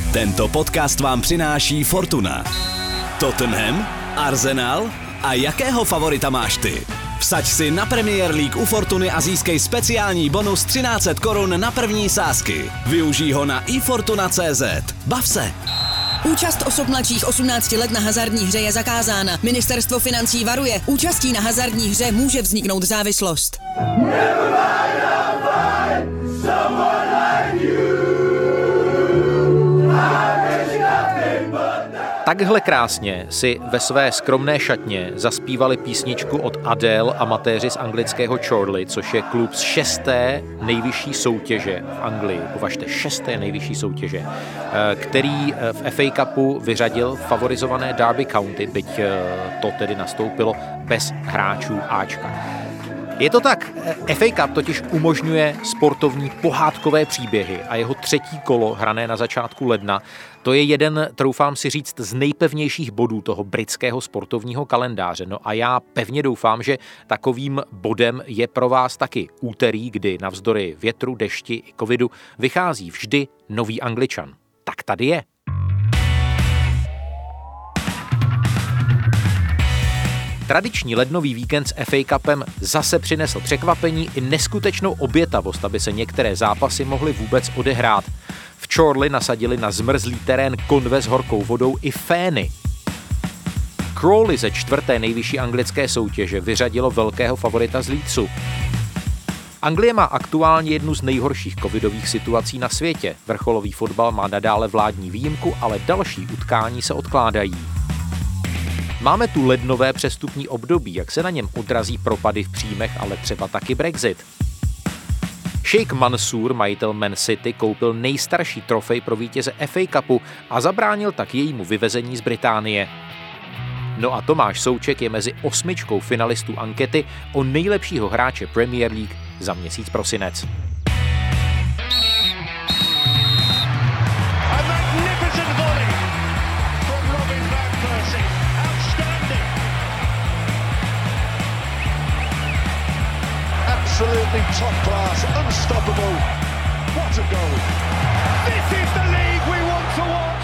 Tento podcast vám přináší Fortuna. Tottenham, Arsenal a jakého favorita máš ty? Vsaď si na Premier League u Fortuny a získej speciální bonus 1300 korun na první sázky. Využij ho na ifortuna.cz. Bav se! Účast osob mladších 18 let na hazardní hře je zakázána. Ministerstvo financí varuje. Účastí na hazardní hře může vzniknout závislost. Takhle krásně si ve své skromné šatně zaspívali písničku od Adele amatéři z anglického Chorley, což je klub z 6. nejvyšší soutěže v Anglii. Považte, 6. nejvyšší soutěže, který v FA Cupu vyřadil favorizované Derby County, byť to tedy nastoupilo bez hráčů Ačka. Je to tak, FA Cup totiž umožňuje sportovní pohádkové příběhy a jeho třetí kolo, hrané na začátku ledna, to je jeden, troufám si říct, z nejpevnějších bodů toho britského sportovního kalendáře. No a já pevně doufám, že takovým bodem je pro vás taky úterý, kdy navzdory větru, dešti i covidu vychází vždy nový Angličan. Tak tady je. Tradiční lednový víkend s FA Cupem zase přinesl překvapení i neskutečnou obětavost, aby se některé zápasy mohly vůbec odehrát. V Chorley nasadili na zmrzlý terén konve s horkou vodou i fény. Crawley ze 4. nejvyšší anglické soutěže vyřadilo velkého favorita z Leedsu. Anglie má aktuálně jednu z nejhorších covidových situací na světě. Vrcholový fotbal má nadále vládní výjimku, ale další utkání se odkládají. Máme tu lednové přestupní období, jak se na něm odrazí propady v příjmech, ale třeba taky Brexit. Sheikh Mansour, majitel Man City, koupil nejstarší trofej pro vítěze FA Cupu a zabránil tak jejímu vyvezení z Británie. No a Tomáš Souček je mezi 8 finalistů ankety o nejlepšího hráče Premier League za měsíc prosinec. Absolutely top class, unstoppable. What a goal. This is the league we want to watch.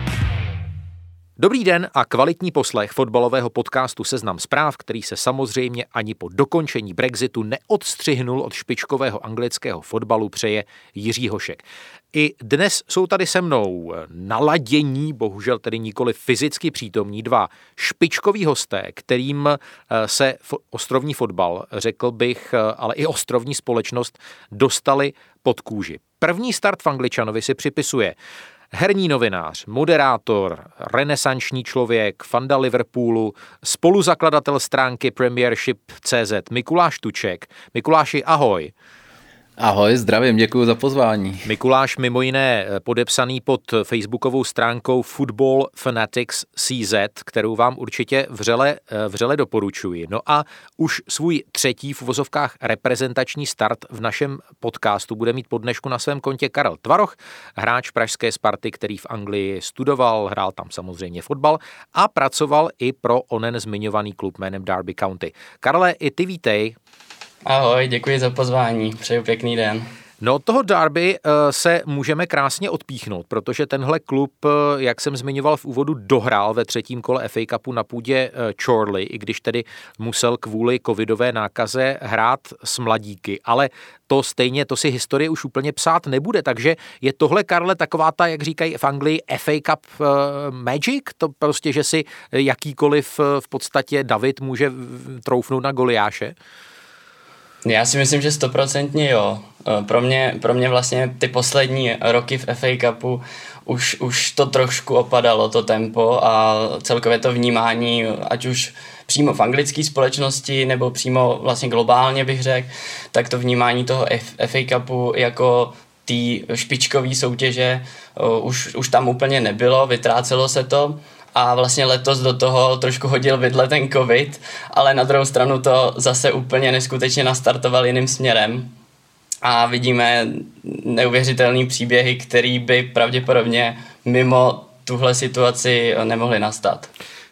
Dobrý den a kvalitní poslech fotbalového podcastu Seznam zpráv, který se samozřejmě ani po dokončení Brexitu neodstřihnul od špičkového anglického fotbalu, přeje Jiří Hošek. I dnes jsou tady se mnou naladění, bohužel tedy nikoli fyzicky přítomní, dva špičkoví hosté, kterým se ostrovní fotbal, řekl bych, ale i ostrovní společnost dostali pod kůži. První start v Angličanovi si připisuje herní novinář, moderátor, renesanční člověk, fanda Liverpoolu, spoluzakladatel stránky Premiership.cz Mikuláš Tuček. Mikuláši, ahoj. Ahoj, zdravím, děkuji za pozvání. Mikuláš mimo jiné podepsaný pod facebookovou stránkou Football Fanatics CZ, kterou vám určitě vřele doporučuji. No a už svůj třetí v uvozovkách reprezentační start v našem podcastu bude mít po dnešku na svém kontě Karel Tvaroch, hráč pražské Sparty, který v Anglii studoval, hrál tam samozřejmě fotbal a pracoval i pro onen zmiňovaný klub jménem Derby County. Karle, i ty vítej. Ahoj, děkuji za pozvání, přeju pěkný den. No od toho Derby se můžeme krásně odpíchnout, protože tenhle klub, jak jsem zmiňoval v úvodu, dohrál ve třetím kole FA Cupu na půdě Chorley, i když tedy musel kvůli covidové nákaze hrát s mladíky, ale to si historie už úplně psát nebude, takže je tohle, Karle, taková ta, jak říkají v Anglii, FA Cup magic, to prostě, že si jakýkoliv v podstatě David může troufnout na Goliáše? Já si myslím, že 100% jo. Pro mě vlastně ty poslední roky v FA Cupu už to trošku opadalo, to tempo a celkově to vnímání, ať už přímo v anglické společnosti nebo přímo vlastně globálně bych řekl, tak to vnímání toho FA Cupu jako té špičkové soutěže už tam úplně nebylo, vytrácelo se to. A vlastně letos do toho trošku hodil vidle ten covid, ale na druhou stranu to zase úplně neskutečně nastartoval jiným směrem. A vidíme neuvěřitelné příběhy, které by pravděpodobně mimo tuhle situaci nemohly nastat.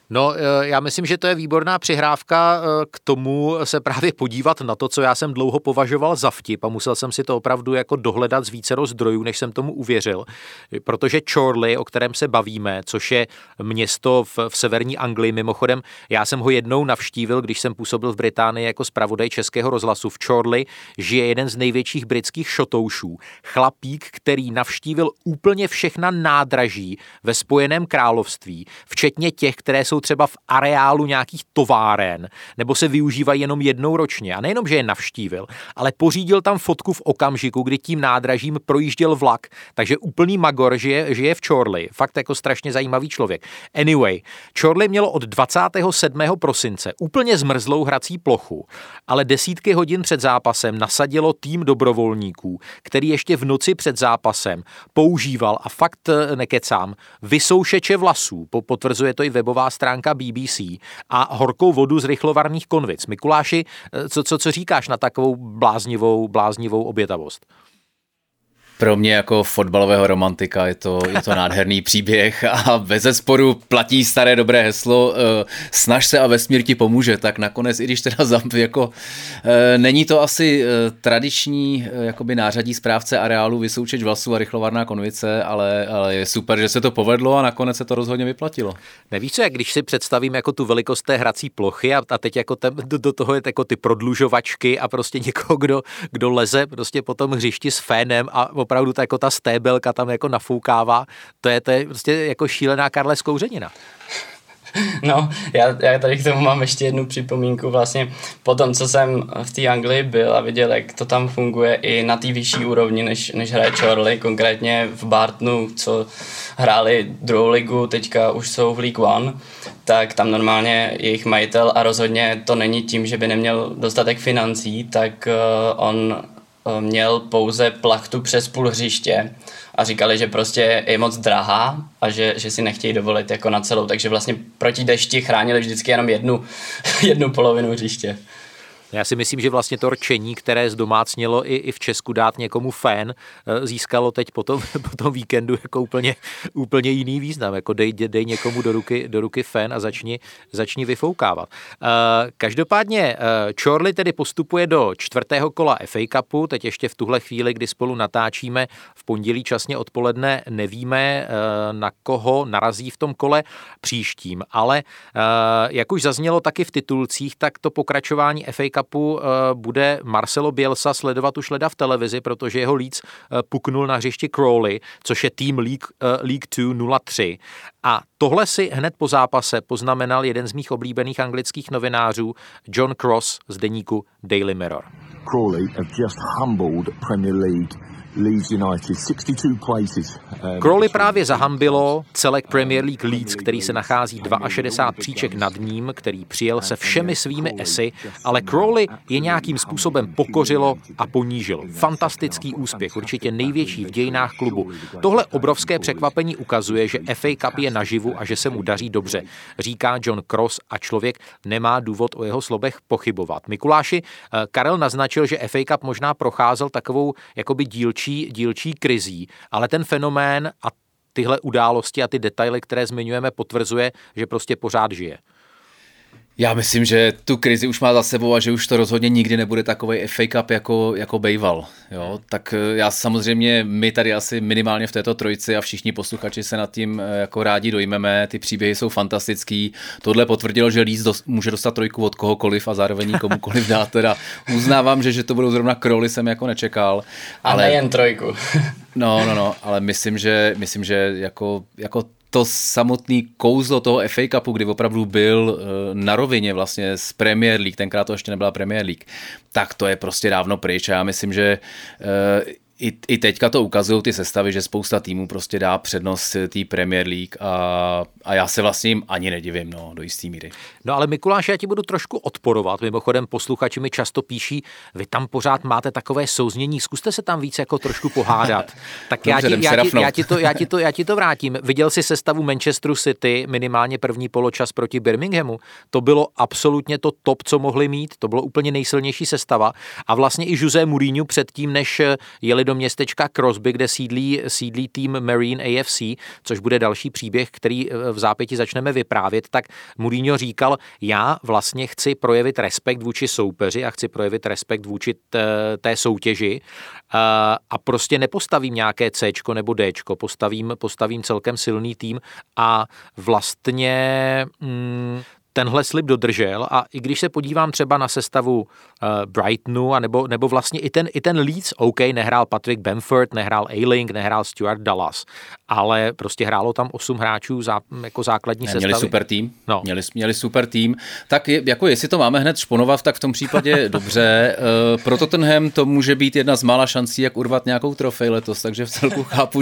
No, já myslím, že to je výborná přihrávka k tomu se právě podívat na to, co já jsem dlouho považoval za vtip a musel jsem si to opravdu jako dohledat z vícero zdrojů, než jsem tomu uvěřil, protože Chorley, o kterém se bavíme, což je město v severní Anglii, mimochodem, já jsem ho jednou navštívil, když jsem působil v Británii jako zpravodaj Českého rozhlasu. V Chorley žije jeden z největších britských šotoušů, chlapík, který navštívil úplně všechna nádraží ve Spojeném království, včetně těch, které jsou třeba v areálu nějakých továren, nebo se využívají jenom jednou ročně. A nejenom, že je navštívil, ale pořídil tam fotku v okamžiku, kdy tím nádražím projížděl vlak. Takže úplný magor žije v Chorley. Fakt jako strašně zajímavý člověk. Anyway, Chorley mělo od 27. prosince úplně zmrzlou hrací plochu, ale desítky hodin před zápasem nasadilo tým dobrovolníků, který ještě v noci před zápasem používal, a fakt nekecám, vysoušeče vlasů, potvrzuje to i webová stránka BBC, a horkou vodu z rychlovarných konvic. Mikuláši, co říkáš na takovou bláznivou obětavost? Pro mě jako fotbalového romantika je to nádherný příběh a bezesporu platí staré dobré heslo snaž se a vesmír ti pomůže, tak nakonec, i když teda jako není to asi tradiční jakoby nářadí správce areálu vysoušeč vlasů a rychlovarná konvice, ale je super, že se to povedlo a nakonec se to rozhodně vyplatilo. Nevíš co, jak když si představím jako tu velikost té hrací plochy a teď jako do toho je jako ty prodlužovačky a prostě někoho, kdo leze prostě po tom hřišti s fénem a opravdu jako ta stébelka tam jako nafoukává, to je prostě jako šílená Karle zkouřenina. No, já tady k tomu mám ještě jednu připomínku. Vlastně po tom, co jsem v té Anglii byl a viděl, jak to tam funguje i na té vyšší úrovni, než hraje Chorley, konkrétně v Bartonu, co hráli druhou ligu, teďka už jsou v League One, tak tam normálně jejich majitel, a rozhodně to není tím, že by neměl dostatek financí, tak on měl pouze plachtu přes půl hřiště a říkali, že prostě je moc drahá a že si nechtějí dovolit jako na celou, takže vlastně proti dešti chránili vždycky jenom jednu polovinu hřiště. Já si myslím, že vlastně to rčení, které zdomácnilo i v Česku dát někomu fén, získalo teď po tom víkendu jako úplně jiný význam. Jako dej někomu do ruky fén a začni vyfoukávat. Každopádně Chorley tedy postupuje do 4. kola FA Cupu. Teď ještě v tuhle chvíli, kdy spolu natáčíme v pondělí časně odpoledne, nevíme, na koho narazí v tom kole příštím. Ale jak už zaznělo taky v titulcích, tak to pokračování FA Cupu bude Marcelo Bielsa sledovat už leda v televizi, protože jeho Leeds puknul na hřišti Crawley, což je tým League 2 0-3. A tohle si hned po zápase poznamenal jeden z mých oblíbených anglických novinářů, John Cross z deníku Daily Mirror. Crawley have just humbled Premier League Leeds United 62 places. Crawley právě zahambilo celek Premier League Leeds, který se nachází 62 příček nad ním, který přijel se všemi svými esy, ale Crawley je nějakým způsobem pokořilo a ponížilo. Fantastický úspěch, určitě největší v dějinách klubu. Tohle obrovské překvapení ukazuje, že FA Cup je naživu a že se mu daří dobře, říká John Cross, a člověk nemá důvod o jeho slovech pochybovat. Mikuláši, Karel naznačil, že FA Cup možná procházel takovou jakoby dílčí krizí, ale ten fenomén a tyhle události a ty detaily, které zmiňujeme, potvrzuje, že prostě pořád žije. Já myslím, že tu krizi už má za sebou a že už to rozhodně nikdy nebude takovej FA Cup jako bejval. Jo? Tak já samozřejmě, my tady asi minimálně v této trojici a všichni posluchači se nad tím jako rádi dojmeme, ty příběhy jsou fantastický. Tohle potvrdilo, že Leeds může dostat trojku od kohokoliv a zároveň komukoliv dát. Teda uznávám, že to budou zrovna Crawley, jsem jako nečekal. Ale nejen trojku. No, ale myslím, že jako to samotný kouzlo toho FA Cupu, kdy opravdu byl na rovině vlastně z Premier League, tenkrát to ještě nebyla Premier League, tak to je prostě dávno pryč. Já myslím, že i teďka to ukazují ty sestavy, že spousta týmů prostě dá přednost té Premier League a já se vlastně jim ani nedivím, do jistý míry. No ale Mikuláš, já ti budu trošku odporovat. Mimochodem posluchači mi často píší, vy tam pořád máte takové souznění, zkuste se tam víc jako trošku pohádat. Tak já ti to vrátím. Viděl jsi sestavu Manchesteru City, minimálně první poločas proti Birminghamu? To bylo absolutně to top, co mohli mít, to bylo úplně nejsilnější sestava a vlastně i José Mourinho předtím, než jeli jeli do městečka Crosby, kde sídlí tým Marine AFC, což bude další příběh, který v zápěti začneme vyprávět, tak Mourinho říkal, já vlastně chci projevit respekt vůči soupeři a chci projevit respekt vůči té soutěži a prostě nepostavím nějaké Cčko nebo Dčko, postavím celkem silný tým a vlastně tenhle slib dodržel a i když se podívám třeba na sestavu Brightonu nebo vlastně i ten Leeds, OK, nehrál Patrick Bamford, nehrál Ayling, nehrál Stuart Dallas, ale prostě hrálo tam 8 hráčů jako základní sestavy. Měli super tým, no. měli super tým, tak jako jestli to máme hned šponovat, tak v tom případě dobře. Pro Tottenham to může být jedna z mála šancí, jak urvat nějakou trofej letos, takže v celku chápu,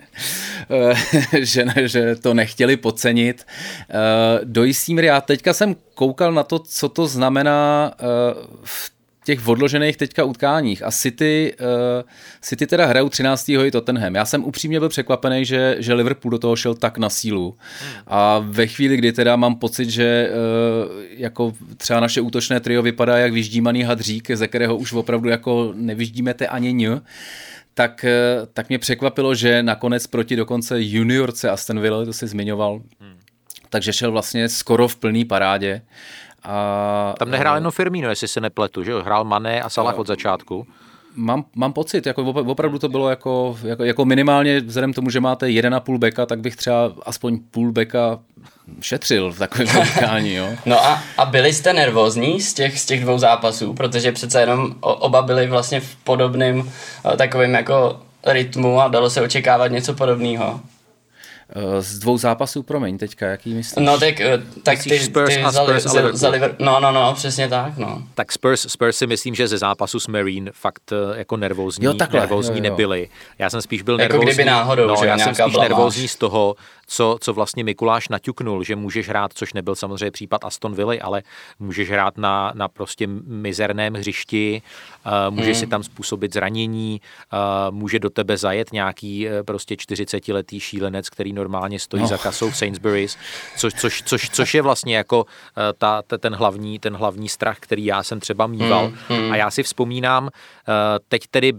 že to nechtěli podcenit. Do jistý míry, já teďka jsem koukal na to, co to znamená v těch odložených teďka utkáních a City teda hrajou 13. i Tottenham. Já jsem upřímně byl překvapený, že Liverpool do toho šel tak na sílu a ve chvíli, kdy teda mám pocit, že jako třeba naše útočné trio vypadá jak vyždímaný hadřík, ze kterého už opravdu jako nevyždímete ani ň, tak mě překvapilo, že nakonec proti dokonce juniorce Aston Villa, to si zmiňoval, takže šel vlastně skoro v plný parádě. A tam nehrál jenom Firmino, jestli se nepletu, že jo? Hrál Mané a Salah od začátku. Mám pocit, jako opravdu to bylo jako minimálně vzhledem tomu, že máte 1,5 beka, tak bych třeba aspoň půl beka šetřil v takovém utkání, jo. No a byli jste nervózní z těch 2 zápasů, protože přece jenom oba byli vlastně v podobném takovém jako rytmu a dalo se očekávat něco podobného. Z 2 zápasů, promiň, teďka, jaký myslíš? No tak ty Spurs za Liverpool. No, přesně tak, no. Tak Spurs si myslím, že ze zápasu s Marine fakt jako nervózní nebyli. Já jsem spíš byl nervózní. Jako kdyby náhodou, že já jsem spíš blamáž. nervózní z toho, co vlastně Mikuláš naťuknul, že můžeš hrát, což nebyl samozřejmě případ Aston Villa, ale můžeš hrát na prostě mizerném hřišti, můžeš si tam způsobit zranění, může do tebe zajet nějaký prostě 40letý šílenec, který normálně stojí za kasou v Sainsbury's, což je vlastně jako ten hlavní strach, který já jsem třeba mýval. A já si vzpomínám, teď tedy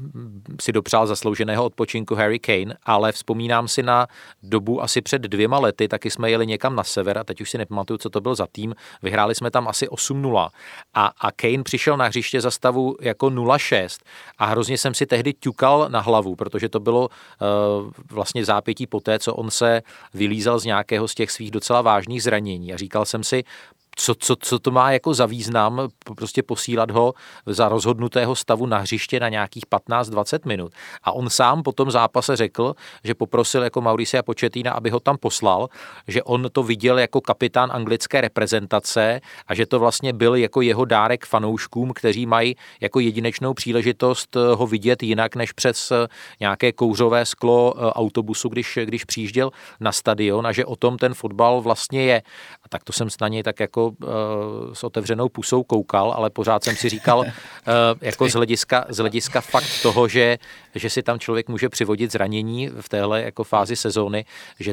si dopřál zaslouženého odpočinku Harry Kane, ale vzpomínám si na dobu asi před 2 lety, taky jsme jeli někam na sever a teď už si nepamatuju, co to byl za tým. Vyhráli jsme tam asi 8-0 a Kane přišel na hřiště za stavu jako 0-6 a hrozně jsem si tehdy ťukal na hlavu, protože to bylo vlastně zápětí poté, co on se vylízal z nějakého z těch svých docela vážných zranění a říkal jsem si, co to má jako za význam prostě posílat ho za rozhodnutého stavu na hřiště na nějakých 15-20 minut. A on sám po tom zápase řekl, že poprosil jako Mauricia Pochettina, aby ho tam poslal, že on to viděl jako kapitán anglické reprezentace a že to vlastně byl jako jeho dárek fanouškům, kteří mají jako jedinečnou příležitost ho vidět jinak než přes nějaké kouřové sklo autobusu, když přijížděl na stadion a že o tom ten fotbal vlastně je. A tak to jsem na něj tak jako s otevřenou pusou koukal, ale pořád jsem si říkal jako z hlediska fakt toho, že si tam člověk může přivodit zranění v téhle jako fázi sezóny, že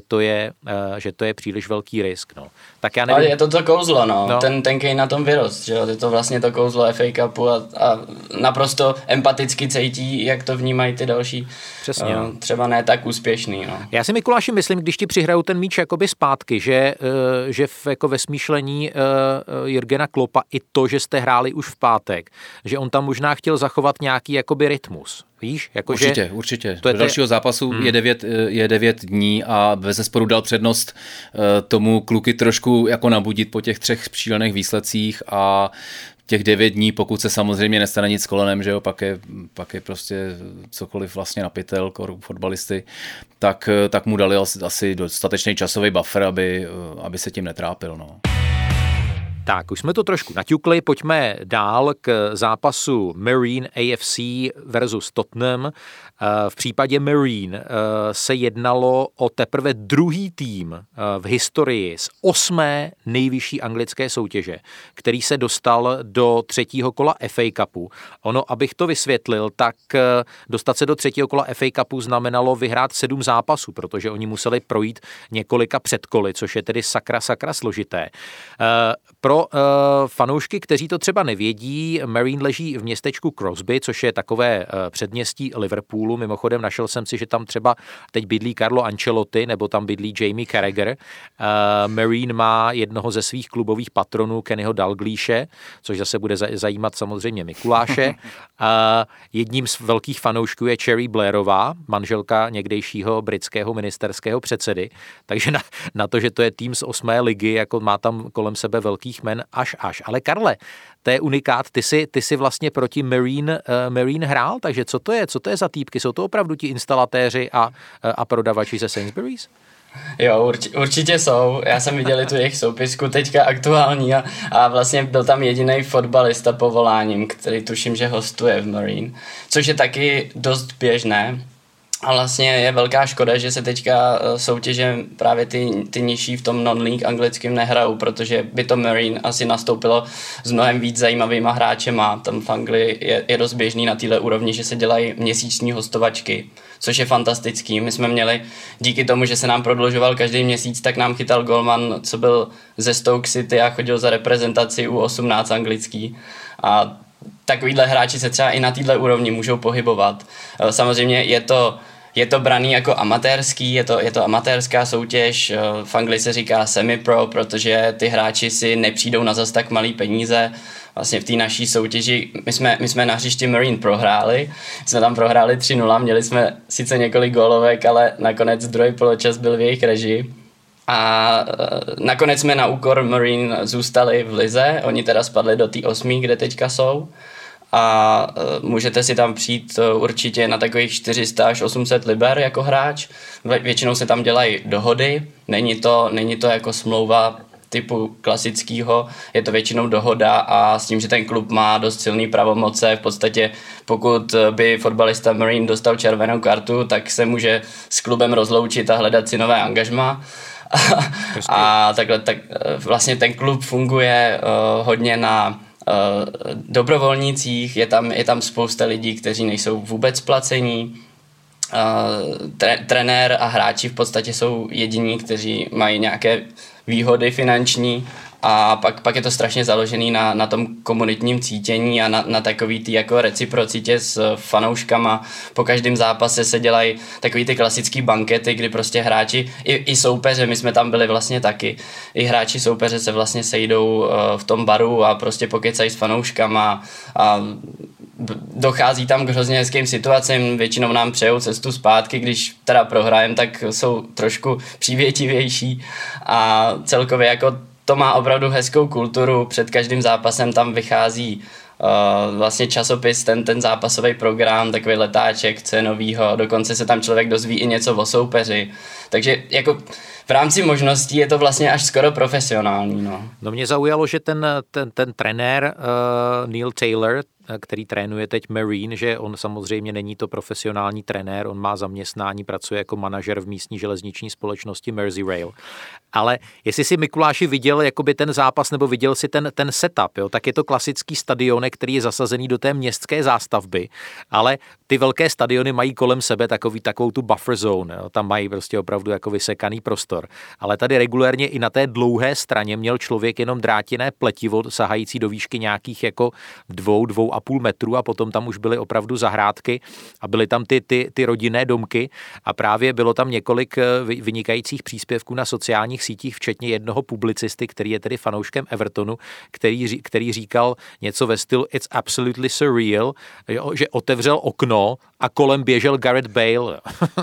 to je příliš velký risk. No. Tak já nevím. Ale je to kouzlo, no. Ten Kane na tom vyrost, že je to vlastně to kouzlo FA Cupu a naprosto empaticky cítí, jak to vnímají ty další. Přesně, no. Třeba ne tak úspěšný. No. Já si, Mikuláši, myslím, když ti přihrajou ten míč jakoby zpátky, že jako ve smýšlení Jurgena Kloppa i to, že jste hráli už v pátek, že on tam možná chtěl zachovat nějaký jakoby rytmus. Víš? Jako určitě. Do dalšího zápasu je 9 dní a bezesporu dal přednost tomu kluky trošku jako nabudit po těch 3 šílených výsledcích a těch 9 dní, pokud se samozřejmě nestane nic s kolenem, že jo, pak je prostě cokoliv vlastně na pytel fotbalisty, tak mu dali asi dostatečný časový buffer, aby se tím netrápil, no. Tak, už jsme to trošku naťukli, pojďme dál k zápasu Marine AFC versus Tottenham. V případě Marine se jednalo o teprve druhý tým v historii z 8. nejvyšší anglické soutěže, který se dostal do 3. kola FA Cupu. Ono, abych to vysvětlil, tak dostat se do 3. kola FA Cupu znamenalo vyhrát 7 zápasů, protože oni museli projít několika předkoly, což je tedy sakra složité. Pro Pro fanoušky, kteří to třeba nevědí, Marine leží v městečku Crosby, což je takové předměstí Liverpoolu. Mimochodem našel jsem si, že tam třeba teď bydlí Carlo Ancelotti, nebo tam bydlí Jamie Carragher. Marine má jednoho ze svých klubových patronů, Kennyho Dalglieše, což zase bude zajímat samozřejmě Mikuláše. Jedním z velkých fanoušků je Cherry Blairová, manželka někdejšího britského ministerského předsedy. Takže na to, že to je tým z 8. ligy, jako má tam kolem sebe velkých men až. Ale Karle, to je unikát, ty jsi vlastně proti Marine hrál, takže co to je za týpky? Jsou to opravdu ti instalatéři a prodavači ze Sainsbury's? Jo, určitě jsou. Já jsem viděl tu jejich soupisku teďka aktuální a vlastně byl tam jediný fotbalista povoláním, který tuším, že hostuje v Marine, což je taky dost běžné. A vlastně je velká škoda, že se teďka soutěže právě ty nižší v tom non-league anglickým nehrajou, protože by to Marine asi nastoupilo s mnohem víc zajímavýma hráčema. Tam v Anglii je dost běžný na téhle úrovni, že se dělají měsíční hostovačky, což je fantastický. My jsme měli, díky tomu, že se nám prodlužoval každý měsíc, tak nám chytal golman, co byl ze Stoke City a chodil za reprezentaci U18 anglický. A takovýhle hráči se třeba i na téhle úrovni můžou pohybovat. Samozřejmě je to braný jako amatérský, je to amatérská soutěž, v Anglii se říká semi-pro, protože ty hráči si nepřijdou na zas tak malý peníze. Vlastně v té naší soutěži, my jsme na hřišti Marine prohráli, jsme tam prohráli 3-0, měli jsme sice několik gólovek, ale nakonec druhý poločas byl v jejich režii. A nakonec jsme na úkor Marine zůstali v lize, oni teda spadli do té 8, kde teďka jsou. A můžete si tam přijít určitě na takových 400 až 800 liber jako hráč. Většinou se tam dělají dohody, není to jako smlouva typu klasického, je to většinou dohoda a s tím, že ten klub má dost silný pravomoce, v podstatě pokud by fotbalista Marine dostal červenou kartu, tak se může s klubem rozloučit a hledat si nové angažmá. A takhle tak vlastně ten klub funguje hodně na dobrovolnících, je tam spousta lidí, kteří nejsou vůbec placení. Trenér a hráči v podstatě jsou jediní, kteří mají nějaké výhody finanční a pak je to strašně založený na tom komunitním cítění a na takový ty jako reciprocitě s fanouškama. Po každém zápase se dělají takový ty klasický bankety, kdy prostě hráči i soupeře, my jsme tam byli vlastně taky, i hráči soupeře se vlastně sejdou v tom baru a prostě pokecají s fanouškama a dochází tam k hrozně hezkým situacím, většinou nám přejou cestu zpátky, když teda prohrajem, tak jsou trošku přívětivější a celkově jako to má opravdu hezkou kulturu, před každým zápasem tam vychází vlastně časopis, ten zápasový program, takový letáček, co je novýho, dokonce se tam člověk dozví i něco o soupeři, takže jako v rámci možností je to vlastně až skoro profesionální. No mě zaujalo, že ten trenér Neil Taylor, který trénuje teď Marine, že on samozřejmě není to profesionální trenér, on má zaměstnání, pracuje jako manažer v místní železniční společnosti Merseyrail. Ale jestli si Mikuláši viděl jakoby ten zápas nebo viděl si ten setup, jo, tak je to klasický stadionek, který je zasazený do té městské zástavby, ale ty velké stadiony mají kolem sebe takovou tu buffer zone, jo, tam mají prostě opravdu jako vysekaný prostor. Ale tady regulérně i na té dlouhé straně měl člověk jenom drátěné pletivo sahající do výšky nějakých jako 2,5 metrů a potom tam už byly opravdu zahrádky a byly tam ty rodinné domky a právě bylo tam několik vynikajících příspěvků na sociálních sítích, včetně jednoho publicisty, který je tedy fanouškem Evertonu, který říkal něco ve stylu It's absolutely surreal, že otevřel okno a kolem běžel Gareth Bale.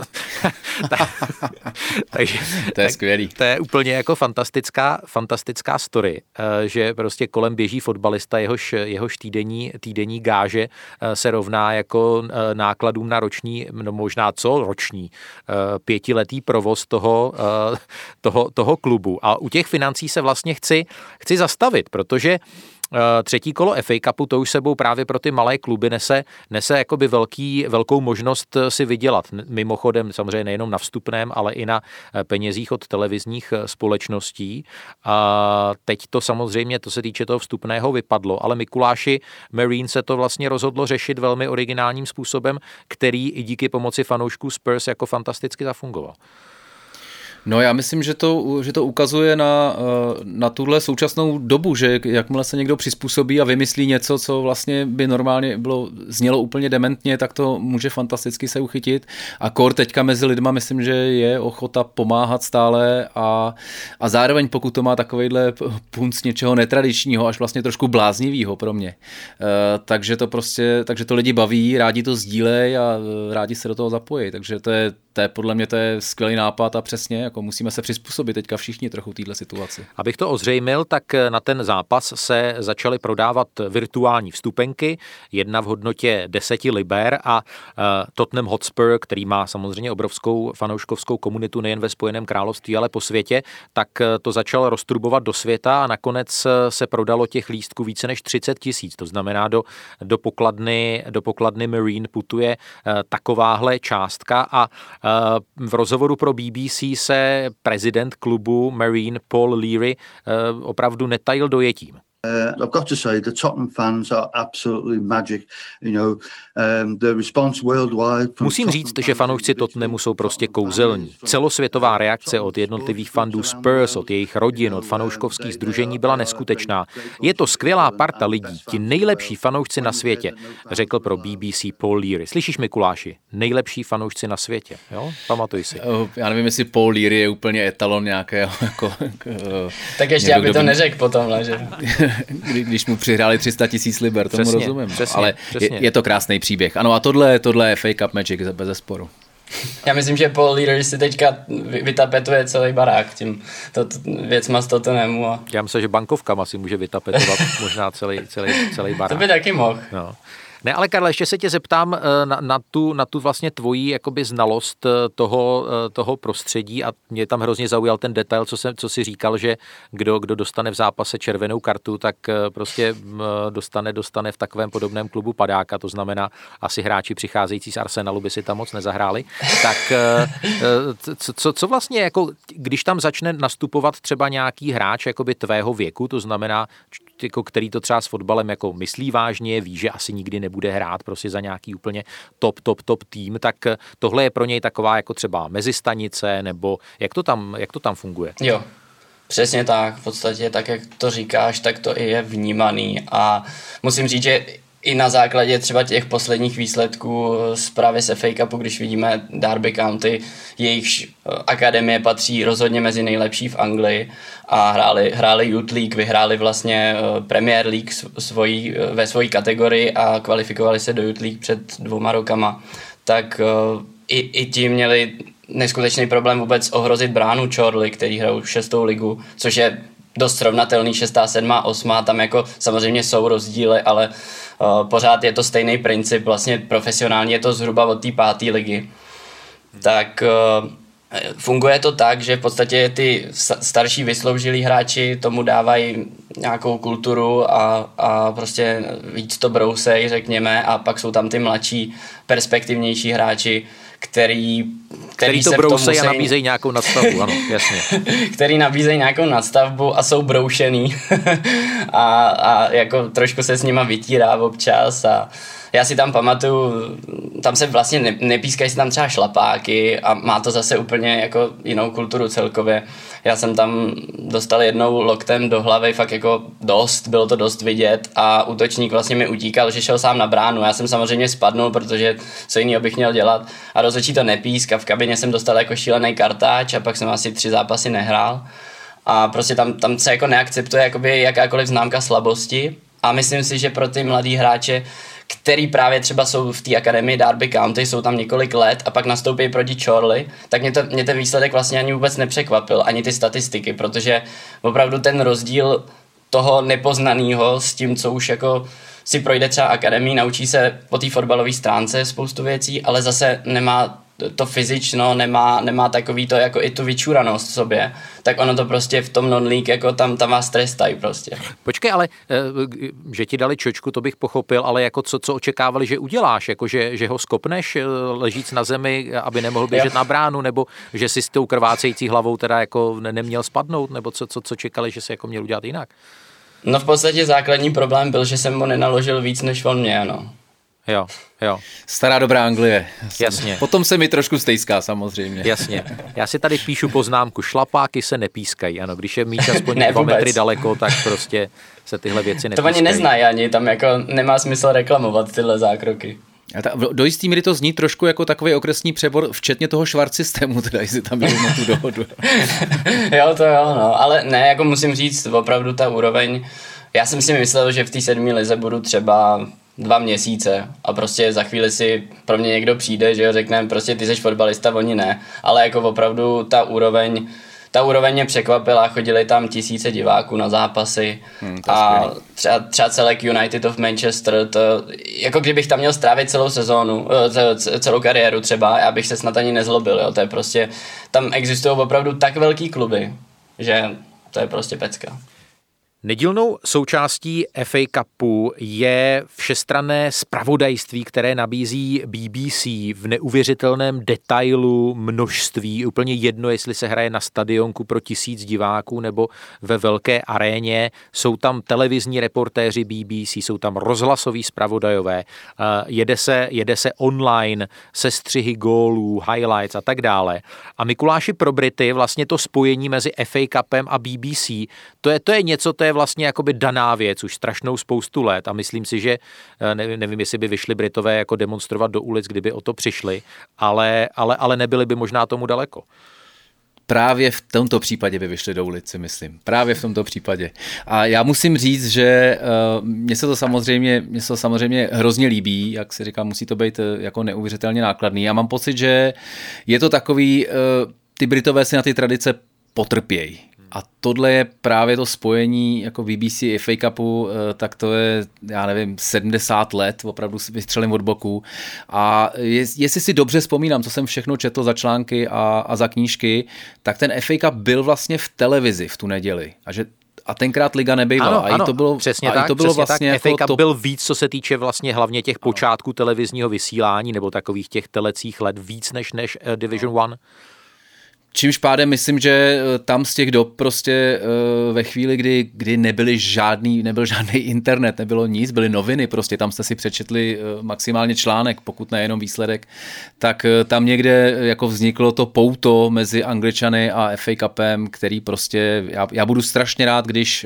Takže, to je skvělý. To je úplně jako fantastická story, že prostě kolem běží fotbalista, jehož týdenní gáže se rovná jako nákladům na roční, no možná roční, 5letý provoz toho klubu. A u těch financí se vlastně chci zastavit, protože třetí kolo FA Cupu, to už sebou právě pro ty malé kluby nese jakoby velkou možnost si vydělat. Mimochodem samozřejmě nejenom na vstupném, ale i na penězích od televizních společností. A teď to samozřejmě, to se týče toho vstupného, vypadlo, ale Mikuláši Marine se to vlastně rozhodlo řešit velmi originálním způsobem, který i díky pomoci fanoušků Spurs jako fantasticky zafungoval. No já myslím, že to ukazuje na tuhle současnou dobu, že jakmile se někdo přizpůsobí a vymyslí něco, co vlastně by normálně znělo úplně dementně, tak to může fantasticky se uchytit. A kor teďka mezi lidma myslím, že je ochota pomáhat stále a zároveň pokud to má takovejhle punc něčeho netradičního, až vlastně trošku bláznivýho pro mě. Takže to lidi baví, rádi to sdílej a rádi se do toho zapojí. Takže to je podle mě to je skvělý nápad a přesně, jako musíme se přizpůsobit teďka všichni trochu téhle situaci. Abych to ozřejmil, tak na ten zápas se začaly prodávat virtuální vstupenky, jedna v hodnotě 10 liber a Tottenham Hotspur, který má samozřejmě obrovskou fanouškovskou komunitu nejen ve Spojeném království, ale po světě, tak to začal roztrubovat do světa a nakonec se prodalo těch lístků více než 30 000. To znamená, do pokladny Marine putuje takováhle částka a v rozhovoru pro BBC se prezident klubu Marine Paul Leary opravdu netajil dojetím. I've got to say the Tottenham fans are absolutely magic. You know, the response worldwide. Musím říct, že fanoušci Tottenhamu jsou prostě kouzelní. Celosvětová reakce od jednotlivých fandů Spurs, od jejich rodin, od fanouškovských sdružení byla neskutečná. Je to skvělá parta lidí, ti nejlepší fanoušci na světě, řekl pro BBC Paul Leary. Slyšíš, Mikuláši? Nejlepší fanoušci na světě, jo? Pamatuj si. Já nevím, jestli Paul Leary je úplně etalon nějakého jako tak ještě aby to neřekl potom, že když mu přihráli 300 000 liber, tomu přesně, rozumím. Přesně, ale přesně. Je to krásný příběh. Ano, a tohle je FA Cup Magic bezesporu. Já myslím, že Paul Leary si teďka vytapetuje celý barák tím věcma z Tottenhamu. Já myslím, že bankovkama si může vytapetovat možná celý barák. To by taky mohl. No. Ne, ale Karle, ještě se tě zeptám na tu vlastně tvoji jakoby znalost toho prostředí a mě tam hrozně zaujal ten detail, co jsi říkal, že kdo dostane v zápase červenou kartu, tak prostě dostane v takovém podobném klubu padáka, to znamená asi hráči přicházející z Arsenalu by si tam moc nezahráli. Tak co vlastně, jako, když tam začne nastupovat třeba nějaký hráč jakoby tvého věku, to znamená, jako, který to třeba s fotbalem jako myslí vážně, ví, že asi nikdy nebude hrát prostě za nějaký úplně top tým, tak tohle je pro něj taková jako třeba mezistanice, nebo jak to tam funguje? Jo, přesně tak, v podstatě tak, jak to říkáš, tak to i je vnímaný a musím říct, že i na základě třeba těch posledních výsledků zprávy z FA Cupu, když vidíme Derby County, jejichž akademie patří rozhodně mezi nejlepší v Anglii a hráli Youth League, vyhráli vlastně Premier League ve svojí kategorii a kvalifikovali se do Youth League před 2 rokama, tak i ti měli neskutečný problém vůbec ohrozit bránu Chorley, který hrajou 6. ligu, což je dost srovnatelný, 6., 7., 8., tam jako samozřejmě jsou rozdíly, ale pořád je to stejný princip, vlastně profesionálně je to zhruba od té 5. ligy. Tak funguje to tak, že v podstatě ty starší vysloužilí hráči tomu dávají nějakou kulturu a prostě víc to brousej, řekněme, a pak jsou tam ty mladší, perspektivnější hráči, který to brousej a nabízejí nějakou nadstavbu, ano, jasně. Který nabízejí nějakou nadstavbu a jsou broušený a jako trošku se s nima vytírá občas a já si tam pamatuju, tam se vlastně nepískají si tam třeba šlapáky a má to zase úplně jako jinou kulturu celkově. Já jsem tam dostal jednou loktem do hlavy fakt jako bylo to dost vidět a útočník vlastně mi utíkal, že šel sám na bránu. Já jsem samozřejmě spadnul, protože co jiného bych měl dělat a rozhodčí to nepísk a v kabině jsem dostal jako šílený kartáč a pak jsem asi 3 zápasy nehrál a prostě tam se jako neakceptuje jakoby jakákoliv známka slabosti a myslím si, že pro ty mladý hráče, který právě třeba jsou v té akademii Derby County, jsou tam několik let a pak nastoupí proti Chorley, tak mě ten výsledek vlastně ani vůbec nepřekvapil, ani ty statistiky, protože opravdu ten rozdíl toho nepoznaného s tím, co už jako si projde třeba akademii, naučí se po té fotbalové stránce spoustu věcí, ale zase nemá to fyzično, nemá takový to jako i tu vyčuranost v sobě, tak ono to prostě v tom non-league jako tam vás trestají prostě. Počkej, ale že ti dali čočku, to bych pochopil, ale jako co očekávali, že uděláš, jako že ho skopneš ležíc na zemi, aby nemohl běžet na bránu, nebo že si s tou krvácející hlavou teda jako neměl spadnout, nebo co čekali, že se jako měl udělat jinak? No v podstatě základní problém byl, že jsem mu nenaložil víc, než on mě, no. Jo. Stará dobrá Anglie. Jasně. Potom se mi trošku stejská samozřejmě. Jasně. Já si tady píšu poznámku, šlapáky se nepískají. Ano, když je míč aspoň 2 metry daleko, tak prostě se tyhle věci nepískají. To oni neznají ani, tam jako nemá smysl reklamovat tyhle zákroky. Do jistý míry to zní trošku jako takový okresní přebor, včetně toho švart systému, teda jestli tam jdou na tu dohodu. Jo, no, ale ne, jako musím říct, opravdu ta úroveň, já jsem si myslel, že v té 7. lize budu třeba 2 měsíce a prostě za chvíli si pro mě někdo přijde, že jo, řekne prostě ty jsi fotbalista, oni ne, ale jako opravdu ta úroveň mě překvapila, chodili tam tisíce diváků na zápasy a třeba celek United of Manchester, to, jako kdybych tam měl strávit celou sezónu, celou kariéru třeba, já bych se snad ani nezlobil, jo, to je prostě, tam existují opravdu tak velký kluby, že to je prostě pecka. Nedílnou součástí FA Cupu je všestranné zpravodajství, které nabízí BBC v neuvěřitelném detailu, množství, úplně jedno, jestli se hraje na stadionku pro 1000 diváků nebo ve velké aréně. Jsou tam televizní reportéři BBC, jsou tam rozhlasoví zpravodajové, jede se online, sestřihy gólů, highlights a tak dále. A Mikuláši, pro Brity vlastně to spojení mezi FA Cupem a BBC, to je něco, to je vlastně jakoby daná věc už strašnou spoustu let a myslím si, že nevím, jestli by vyšli Britové jako demonstrovat do ulic, kdyby o to přišli, ale nebyli by možná tomu daleko. Právě v tomto případě by vyšli do ulici, myslím. Právě v tomto případě. A já musím říct, že mně se to samozřejmě hrozně líbí, jak si říkám, musí to být jako neuvěřitelně nákladný. Já mám pocit, že je to takový, ty Britové si na ty tradice potrpějí. A tohle je právě to spojení jako BBC i FA Cupu, tak to je, já nevím, 70 let, opravdu si vystřelím od boku. A jestli si dobře vzpomínám, co jsem všechno četl za články a za knížky, tak ten FA Cup byl vlastně v televizi v tu neděli. A tenkrát liga nebejvala. Ano, to bylo, přesně tak. To bylo vlastně tak. jako FA Cup byl víc, co se týče vlastně hlavně těch počátků televizního vysílání nebo takových těch telecích let víc než Division 1. Čímž pádem myslím, že tam z těch dob prostě ve chvíli, kdy nebyl žádný internet, nebylo nic, byly noviny, prostě tam jste si přečetli maximálně článek, pokud ne jenom výsledek, tak tam někde jako vzniklo to pouto mezi Angličany a FA Cupem, který prostě, já budu strašně rád,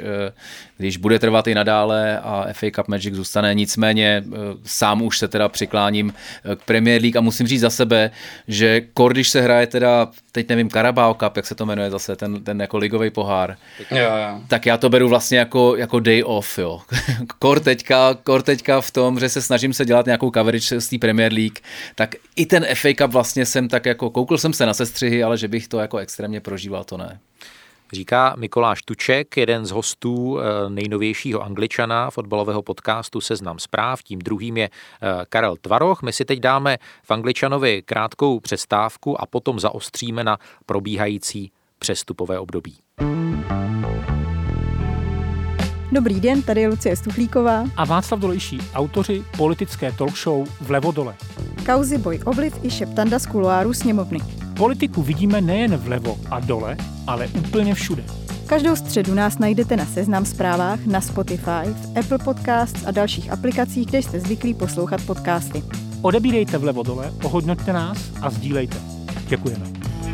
když bude trvat i nadále a FA Cup Magic zůstane, nicméně sám už se teda přikláním k Premier League a musím říct za sebe, že když se hraje teda, teď nevím, Carabao Cup, jak se to jmenuje zase, ten jako ligový pohár, jo. Tak já to beru vlastně jako day off, jo. Kor teďka v tom, že se snažím se dělat nějakou coverage z té Premier League, tak i ten FA Cup vlastně jsem tak jako, koukl jsem se na sestřihy, ale že bych to jako extrémně prožíval, to ne. Říká Mikuláš Tuček, jeden z hostů nejnovějšího Angličana fotbalového podcastu Seznam zpráv. Tím druhým je Karel Tvaroch. My si teď dáme v Angličanovi krátkou přestávku a potom zaostříme na probíhající přestupové období. Dobrý den, tady je Lucie Stuchlíková a Václav Dolejší, autoři politické talk show Vlevo dole. Kauzy, boj, ovliv i šeptanda z kuloáru sněmovny. Politiku vidíme nejen vlevo a dole, ale úplně všude. Každou středu nás najdete na Seznam zprávách, na Spotify, v Apple Podcasts a dalších aplikacích, kde jste zvyklí poslouchat podcasty. Odebírejte Vlevo dole, ohodnoťte nás a sdílejte. Děkujeme.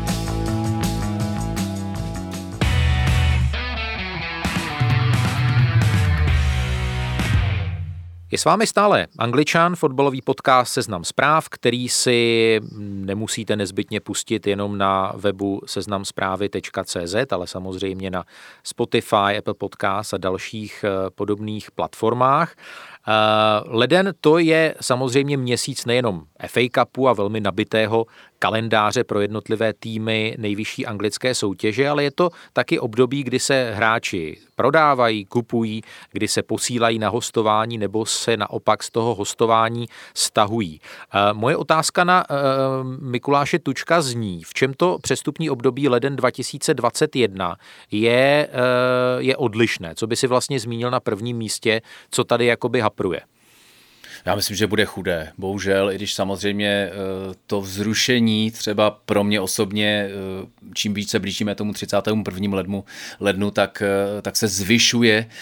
Je s vámi stále Angličan, fotbalový podcast Seznam zpráv, který si nemusíte nezbytně pustit jenom na webu seznamzprávy.cz, ale samozřejmě na Spotify, Apple Podcasts a dalších podobných platformách. Leden to je samozřejmě měsíc nejenom FA Cupu a velmi nabitého kalendáře pro jednotlivé týmy nejvyšší anglické soutěže, ale je to taky období, kdy se hráči prodávají, kupují, kdy se posílají na hostování nebo se naopak z toho hostování stahují. Moje otázka na Mikuláše Tučka zní, v čem to přestupní období leden 2021 je odlišné? Co by si vlastně zmínil na prvním místě, co tady jakoby hapruje? Já myslím, že bude chudé, bohužel, i když samozřejmě to vzrušení třeba pro mě osobně, čím víc se blížíme tomu 31. lednu, tak se zvyšuje.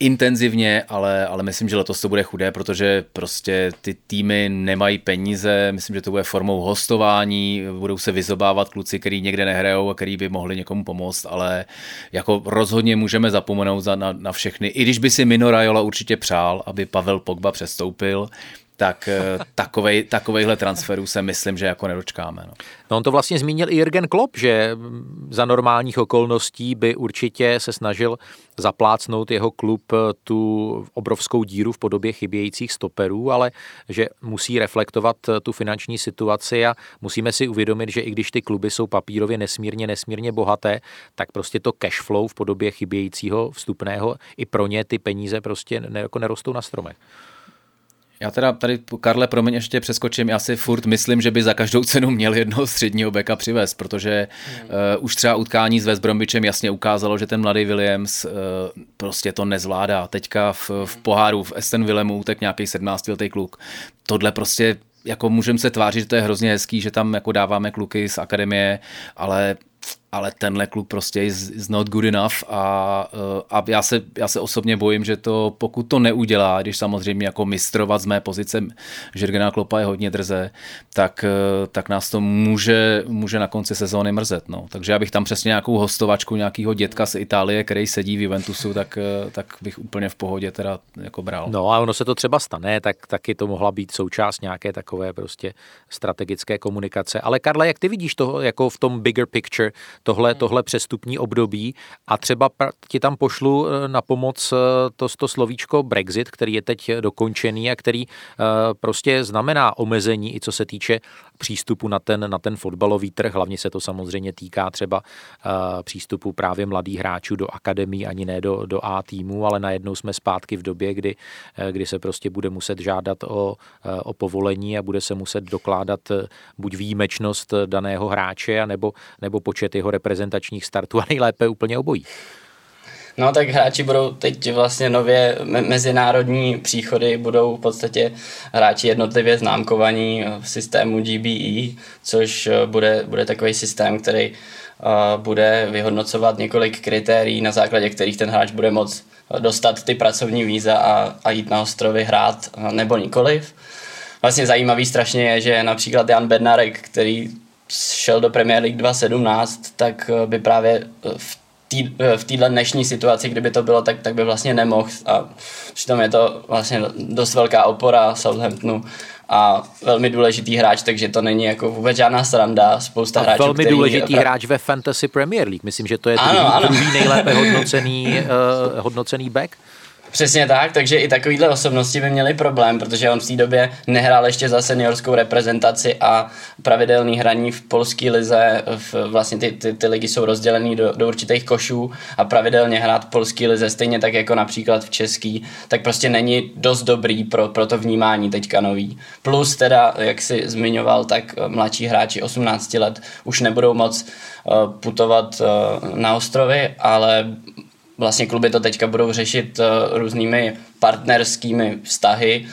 intenzivně, ale myslím, že letos to bude chudé, protože prostě ty týmy nemají peníze, myslím, že to bude formou hostování, budou se vyzobávat kluci, který někde nehrajou a který by mohli někomu pomoct, ale jako rozhodně můžeme zapomenout na všechny, i když by si Mino Raiola určitě přál, aby Pavel Pogba přestoupil, tak takovejhle transferů se myslím, že jako nedočkáme. No on to vlastně zmínil i Jürgen Klopp, že za normálních okolností by určitě se snažil zaplácnout jeho klub tu obrovskou díru v podobě chybějících stoperů, ale že musí reflektovat tu finanční situaci a musíme si uvědomit, že i když ty kluby jsou papírově nesmírně bohaté, tak prostě to cash flow v podobě chybějícího vstupného i pro ně ty peníze prostě jako nerostou na stromech. Já teda tady, Karle, promiň, ještě přeskočím, já si furt myslím, že by za každou cenu měl jednoho středního beka přivést, protože už třeba utkání s West Bromwichem jasně ukázalo, že ten mladý Williams prostě to nezvládá. Teďka v poháru v Aston Villemu utek nějaký 17letý kluk. Tohle prostě, jako můžeme se tvářit, že to je hrozně hezký, že tam jako dáváme kluky z akademie, ale tenhle kluk prostě is not good enough a já se osobně bojím, že to, pokud to neudělá, když samozřejmě jako mistrovat z mé pozice Jürgena Kloppa je hodně drze, tak nás to může na konci sezóny mrzet. No. Takže já bych tam přesně nějakou hostovačku, nějakýho dětka z Itálie, který sedí v Juventusu, tak bych úplně v pohodě teda jako bral. No a ono se to třeba stane, tak taky to mohla být součást nějaké takové prostě strategické komunikace. Ale Karle, jak ty vidíš toho jako v tom bigger picture, tohle přestupní období a třeba ti tam pošlu na pomoc to slovíčko Brexit, který je teď dokončený a který prostě znamená omezení i co se týče přístupu na ten fotbalový trh. Hlavně se to samozřejmě týká třeba přístupu právě mladých hráčů do akademí, ani ne do A týmu, ale najednou jsme zpátky v době, kdy se prostě bude muset žádat o povolení a bude se muset dokládat buď výjimečnost daného hráče, nebo počet jeho reprezentačních startů a nejlépe úplně obojí. No tak hráči budou teď vlastně nově mezinárodní příchody, budou v podstatě hráči jednotlivě známkovaní v systému GBE, což bude takový systém, který bude vyhodnocovat několik kritérií, na základě kterých ten hráč bude moct dostat ty pracovní víza a jít na ostrovy hrát nebo nikoliv. Vlastně zajímavý strašně je, že například Jan Bednarek, který šel do Premier League 2017, tak by právě v této dnešní situaci, kdyby to bylo, tak by vlastně nemohl. A přitom je to vlastně dost velká opora Southamptonu a velmi důležitý hráč, takže to není jako vůbec žádná sranda. Spousta hráčů, velmi důležitý hráč ve Fantasy Premier League. Myslím, že to je druhý nejlépe hodnocený back. Přesně tak, takže i takovýhle osobnosti by měly problém, protože on v té době nehrál ještě za seniorskou reprezentaci a pravidelný hraní v polské lize, vlastně ty ligy jsou rozdělený do určitých košů a pravidelně hrát v polské lize, stejně tak jako například v český, tak prostě není dost dobrý pro to vnímání teďka nový. Plus teda, jak si zmiňoval, tak mladší hráči 18 let už nebudou moc putovat na ostrovy, ale vlastně kluby to teďka budou řešit různými partnerskými vztahy,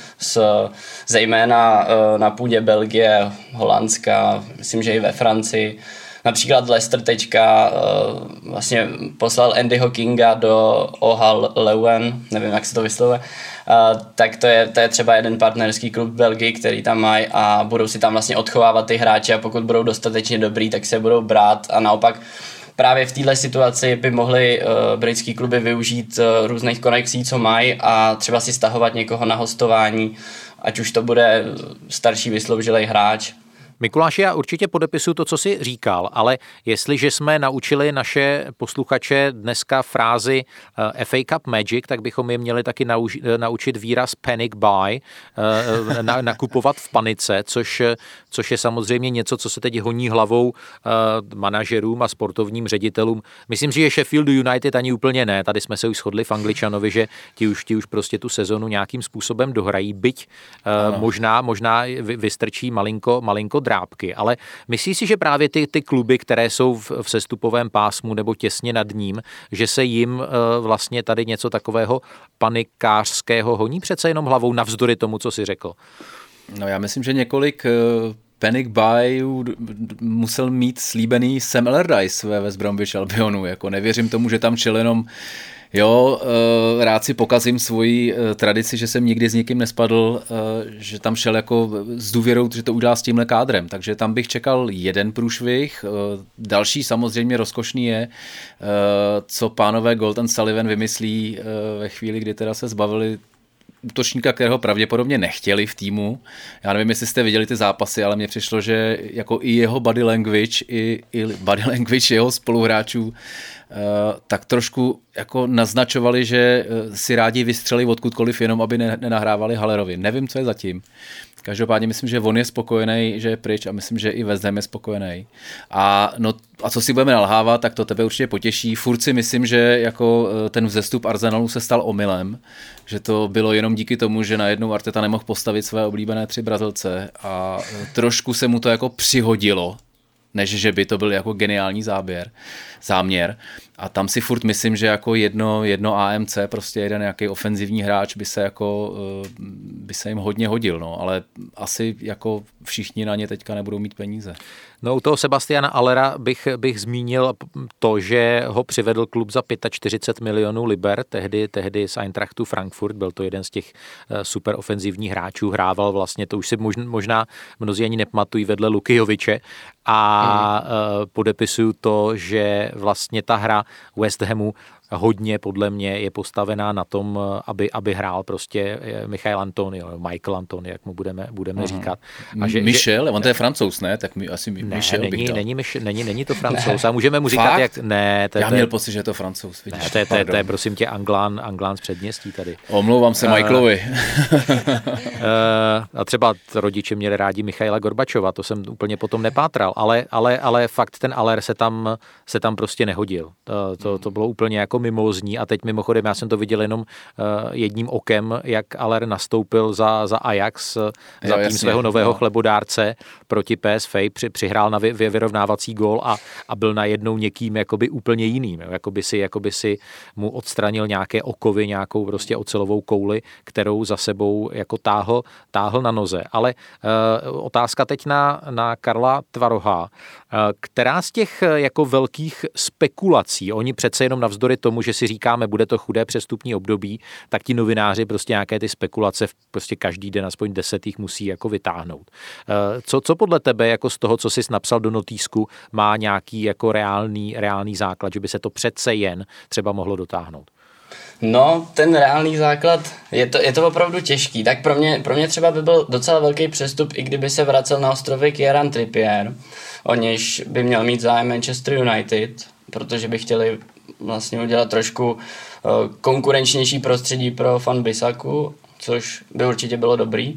zejména na půdě Belgie, Holandska, myslím, že i ve Francii. Například Leicester teďka vlastně poslal Andyho Kinga do OHL Leuven, nevím, jak se to vyslovuje, tak to je třeba jeden partnerský klub v Belgii, který tam mají a budou si tam vlastně odchovávat ty hráče a pokud budou dostatečně dobrý, tak se budou brát a naopak právě v této situaci by mohly britský kluby využít různých konexí, co mají a třeba si stahovat někoho na hostování, ať už to bude starší vysloužilej hráč. Mikuláši, já určitě podepisuju to, co jsi říkal, ale jestliže jsme naučili naše posluchače dneska frázi FA Cup Magic, tak bychom je měli taky naučit výraz panic buy, nakupovat v panice, což je samozřejmě něco, co se teď honí hlavou manažerům a sportovním ředitelům. Myslím si, že Sheffield United ani úplně ne. Tady jsme se už shodli v Angličanovi, že ti už prostě tu sezonu nějakým způsobem dohrají, byť možná vystrčí malinko drápky, ale myslíš si, že právě ty kluby, které jsou v sestupovém pásmu nebo těsně nad ním, že se jim vlastně tady něco takového panikářského honí přece jenom hlavou navzdory tomu, co jsi řekl? No já myslím, že několik panic buy musel mít slíbený Sam Allardyce ve West Bromwich Albionu. Jako nevěřím tomu, že tam čel Jo, rád si pokazím svoji tradici, že jsem nikdy s nikým nespadl, že tam šel jako s důvěrou, že to udělá s tímhle kádrem, takže tam bych čekal jeden průšvih. Další samozřejmě rozkošný je, co pánové Gold and Sullivan vymyslí ve chvíli, kdy teda se zbavili útočníka, kterého pravděpodobně nechtěli v týmu. Já nevím, jestli jste viděli ty zápasy, ale mně přišlo, že jako i jeho body language, i body language jeho spoluhráčů tak trošku jako naznačovali, že si rádi vystřelí odkudkoliv, jenom aby nenahrávali Hallerovi. Nevím, co je zatím. Každopádně myslím, že on je spokojený, že je pryč a myslím, že i West Ham je spokojený. A co si budeme nalhávat, tak to tebe určitě potěší. Furt si myslím, že jako ten vzestup Arsenalu se stal omylem, že to bylo jenom díky tomu, že najednou Arteta nemohl postavit své oblíbené 3 Brazilce a trošku se mu to jako přihodilo, než že by to byl jako geniální záměr. A tam si furt myslím, že jako jedno AMC, prostě jeden nějaký ofenzivní hráč by se jim hodně hodil, no, ale asi jako všichni na ně teďka nebudou mít peníze. No, u toho Sebastiana Allera bych zmínil to, že ho přivedl klub za 45 milionů liber, tehdy z Eintrachtu Frankfurt, byl to jeden z těch super ofenzivních hráčů, hrával vlastně, to už si možná mnozí ani nepamatují, vedle Luky Joviče a podepisuju to, že vlastně ta hra West Hamu hodně podle mě je postavená na tom, aby hrál prostě Michael Antony, jak mu budeme říkat. A Michel, on to je Francouz, ne? Tak asi Michel bych dal. Není to Francouz. A můžeme mu říkat, jak... Ne, já měl pocit, že je to Francouz. Vidíš, ne, to je prosím tě Anglán z předměstí tady. Omlouvám se Michaelovi. A třeba rodiče měli rádi Michaila Gorbačova, to jsem úplně potom nepátral, ale fakt ten Aller se tam prostě nehodil. To bylo úplně jako mimózní a teď mimochodem já jsem to viděl jenom jedním okem, jak Aller nastoupil za Ajax, za tým svého nového chlebodárce proti PSV, přihrál na vyrovnávací gól a byl najednou někým jakoby úplně jiným, jakoby si mu odstranil nějaké okovy, nějakou prostě ocelovou kouli, kterou za sebou jako táhl na noze. Ale otázka teď na Karla Tvaroha, která z těch jako velkých spekulací, oni přece jenom navzdory tomu, že si říkáme, bude to chudé přestupní období, tak ti novináři prostě nějaké ty spekulace prostě každý den aspoň 10 jich musí jako vytáhnout. Co podle tebe jako z toho, co jsi napsal do notýsku, má nějaký jako reálný základ, že by se to přece jen třeba mohlo dotáhnout? No, ten reálný základ, je to opravdu těžký. Tak pro mě třeba by byl docela velký přestup, i kdyby se vracel na ostrovy Kieran Trippier, o nějž by měl mít zájem Manchester United, protože by chtěli vlastně udělat trošku konkurenčnější prostředí pro Van Bissaku, což by určitě bylo dobrý.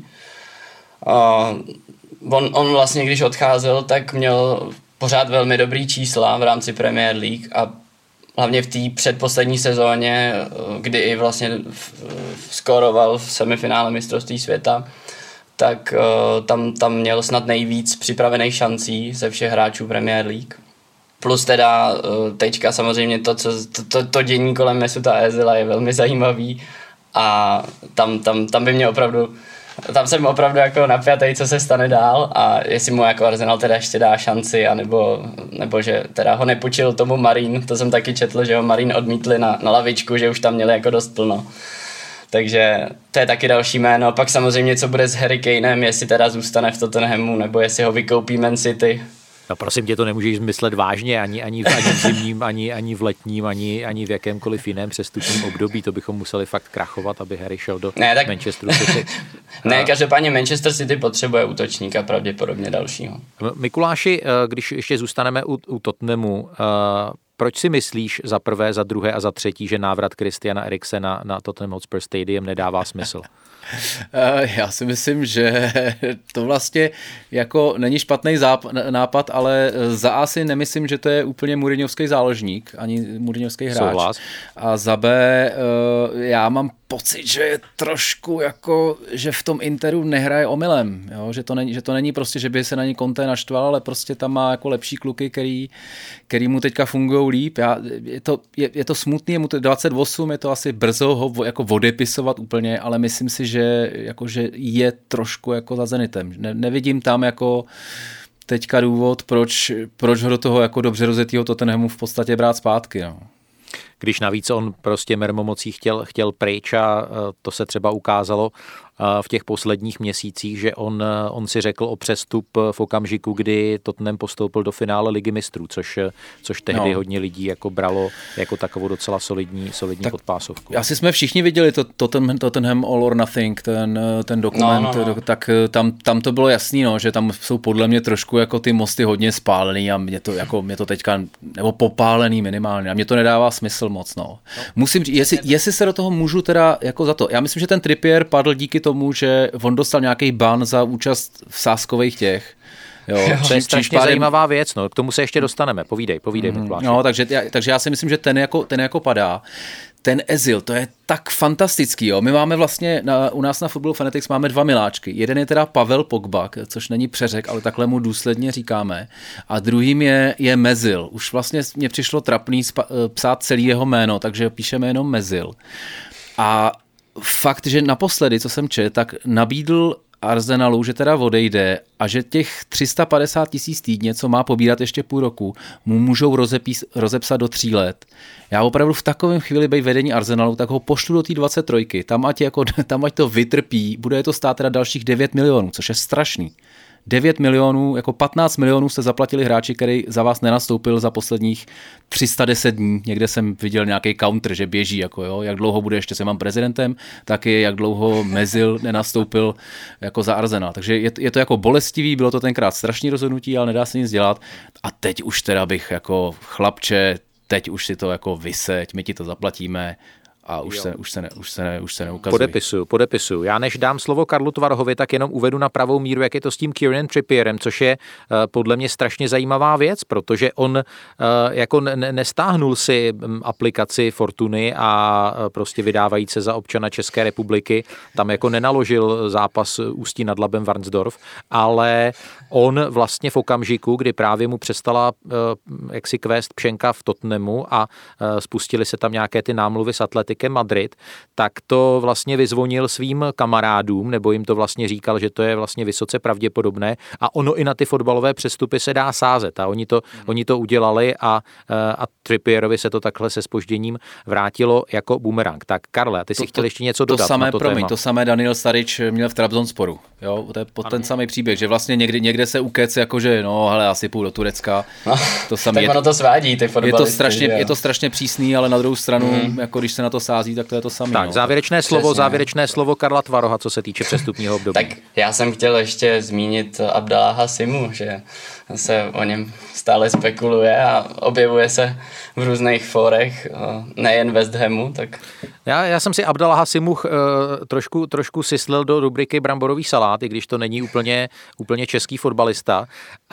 On vlastně, když odcházel, tak měl pořád velmi dobrý čísla v rámci Premier League a hlavně v té předposlední sezóně, kdy i vlastně skóroval v semifinále mistrovství světa, tak tam měl snad nejvíc připravených šancí ze všech hráčů Premier League. Plus teda teďka samozřejmě to dění kolem Mesuta Özila je velmi zajímavý a tam by mě opravdu, tam jsem opravdu jako napjatý, co se stane dál a jestli mu jako Arsenal teda ještě dá šanci, nebo že teda ho nepůjčil tomu Marín, to jsem taky četl, že ho Marín odmítli na lavičku, že už tam měli jako dost plno. Takže to je taky další jméno. Pak samozřejmě, co bude s Harry Kanem, jestli teda zůstane v Tottenhamu, nebo jestli ho vykoupí Man City. No prosím tě, to nemůžeš myslet vážně, ani v zimním, ani v letním, ani v jakémkoliv jiném přestupním období. To bychom museli fakt krachovat, aby Harry šel do Manchesteru City. Ne, každopádně Manchester City potřebuje útočníka, pravděpodobně dalšího. Mikuláši, když ještě zůstaneme u Tottenhamu, proč si myslíš za prvé, za druhé a za třetí, že návrat Christiana Eriksena na Tottenham Hotspur Stadium nedává smysl? Já si myslím, že to vlastně jako není špatný nápad, ale za A si nemyslím, že to je úplně Mourinhovský záložník, ani Mourinhovský hráč. Souhlas. A za B já mám pocit, že je trošku jako, že v tom Interu nehraje omylem, jo? Že to není prostě, že by se na ně Conte naštval, ale prostě tam má jako lepší kluky, který mu teďka fungují líp. Je to smutný, je mu to 28, je to asi brzo ho jako odepisovat úplně, ale myslím si, že je trošku jako za Zenitem. Nevidím tam jako teďka důvod, proč ho do toho jako dobře rozjetýho Tottenhamu v podstatě brát zpátky. No. když navíc on prostě mermomocí chtěl pryč a to se třeba ukázalo v těch posledních měsících, že on si řekl o přestup v okamžiku, kdy Tottenham postoupil do finále Ligy mistrů, což tehdy hodně lidí jako bralo jako takovou docela solidní podpásovku. Asi jsme všichni viděli Tottenham All or Nothing, ten dokument, tak tam to bylo jasný, že tam jsou podle mě trošku jako ty mosty hodně spálený a mě to teďka, nebo popálený minimálně, a mě to nedává smysl moc, Musím říct, jestli se do toho můžu teda jako za to, já myslím, že ten Trippier padl díky tomu, že on dostal nějaký ban za účast v sázkových těch. To je strašně zajímavá věc, k tomu se ještě dostaneme, povídej Mikuláši. Takže já si myslím, že ten jako padá. Ten Özil, to je tak fantastický, My máme vlastně, u nás na Football Fanatics máme 2 miláčky. Jeden je teda Pavel Pogba, což není přeřek, ale takhle mu důsledně říkáme. A druhým je Mezil. Už vlastně mě přišlo trapný psát celý jeho jméno, takže píšeme jenom Mezil. A fakt, že naposledy, co jsem četl, tak nabídl Arsenalu, že teda odejde a že těch 350 000 týdně, co má pobírat ještě půl roku, mu můžou rozepsat do 3 let. Já opravdu v takovém chvíli být vedení Arsenalu, tak ho pošlu do té 23. Tam ať to vytrpí, bude to stát teda dalších 9 milionů, což je strašný. 9 milionů, jako 15 milionů jste zaplatili hráči, který za vás nenastoupil za posledních 310 dní. Někde jsem viděl nějaký counter, že běží, jak dlouho bude ještě se mám prezidentem, tak je jak dlouho Mezil nenastoupil jako za Arsenal. Takže je to jako bolestivý, bylo to tenkrát strašný rozhodnutí, ale nedá se nic dělat. A teď už teda bych jako chlapče, teď už si to jako vyseď, my ti to zaplatíme. A už se neukazuje. Podepisuju. Já než dám slovo Karlu Tvarohovi, tak jenom uvedu na pravou míru, jak je to s tím Kieran Trippierem, což je podle mě strašně zajímavá věc, protože on jako nestáhnul si aplikaci Fortuny a prostě vydávají se za občana České republiky, tam jako nenaložil zápas Ústí nad Labem Varnsdorf, ale on vlastně v okamžiku, kdy právě mu přestala jaksi kvést pšenka v Tottenhamu a spustili se tam nějaké ty námluvy s Atletikem Madrid, tak to vlastně vyzvonil svým kamarádům, nebo jim to vlastně říkal, že to je vlastně vysoce pravděpodobné a ono i na ty fotbalové přestupy se dá sázet a oni to udělali a Trippierovi se to takhle se zpožděním vrátilo jako bumerang. Tak Karle, ty si chtěl ještě něco dodat na to téma. To samé Daniel Starič měl v Trabzonsporu. To je ten samý příběh, že vlastně někde se ukec jakože hele, asi půjdu do Turecka. To samé. Tak ono to svádí, ty fotbalisty. Je to strašně přísný, ale na druhou stranu, jako když se na to sází, tak to je to samé. Tak, závěrečné slovo Karla Tvaroha, co se týče přestupního období. Tak já jsem chtěl ještě zmínit Abdaláha Simu, že se o něm stále spekuluje a objevuje se v různých fórech, nejen West Hamu, tak... Já jsem si Abdaláha Simu trošku syslil do rubriky Bramborový salát, i když to není úplně český fotbalista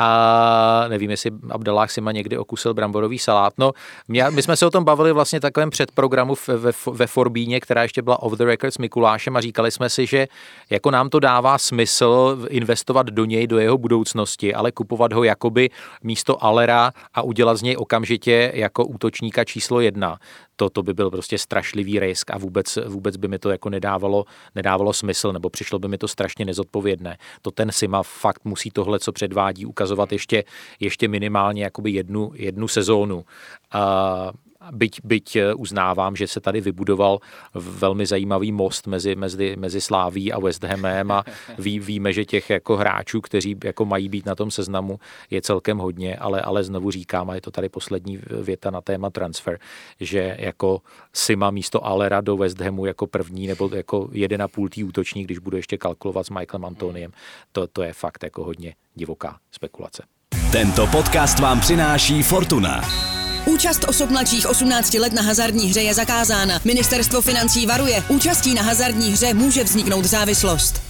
a nevím, jestli Abdaláh Sima někdy okusil bramborový salát. My jsme se o tom bavili vlastně takovém předprogramu ve Forbíně, která ještě byla off the record s Mikulášem a říkali jsme si, že jako nám to dává smysl investovat do něj, do jeho budoucnosti, ale kupovat ho jakoby místo Allera a udělat z něj okamžitě jako útočníka číslo 1. To by byl prostě strašlivý risk a vůbec by mi to jako nedávalo smysl, nebo přišlo by mi to strašně nezodpovědné. To ten Sima fakt musí tohle, co předvádí, ukazovat ještě minimálně jakoby jednu sezónu. Byť uznávám, že se tady vybudoval velmi zajímavý most mezi Slaví a West Hamem a víme, že těch jako hráčů, kteří jako mají být na tom seznamu, je celkem hodně, ale znovu říkám, a je to tady poslední věta na téma transfer, že jako Sima místo Allera do West Hamu jako první nebo jako 1,5 útočník, když budu ještě kalkulovat s Michaelem Antoniem, to je fakt jako hodně divoká spekulace. Tento podcast vám přináší Fortuna. Účast osob mladších 18 let na hazardní hře je zakázána. Ministerstvo financí varuje, účastí na hazardní hře může vzniknout závislost.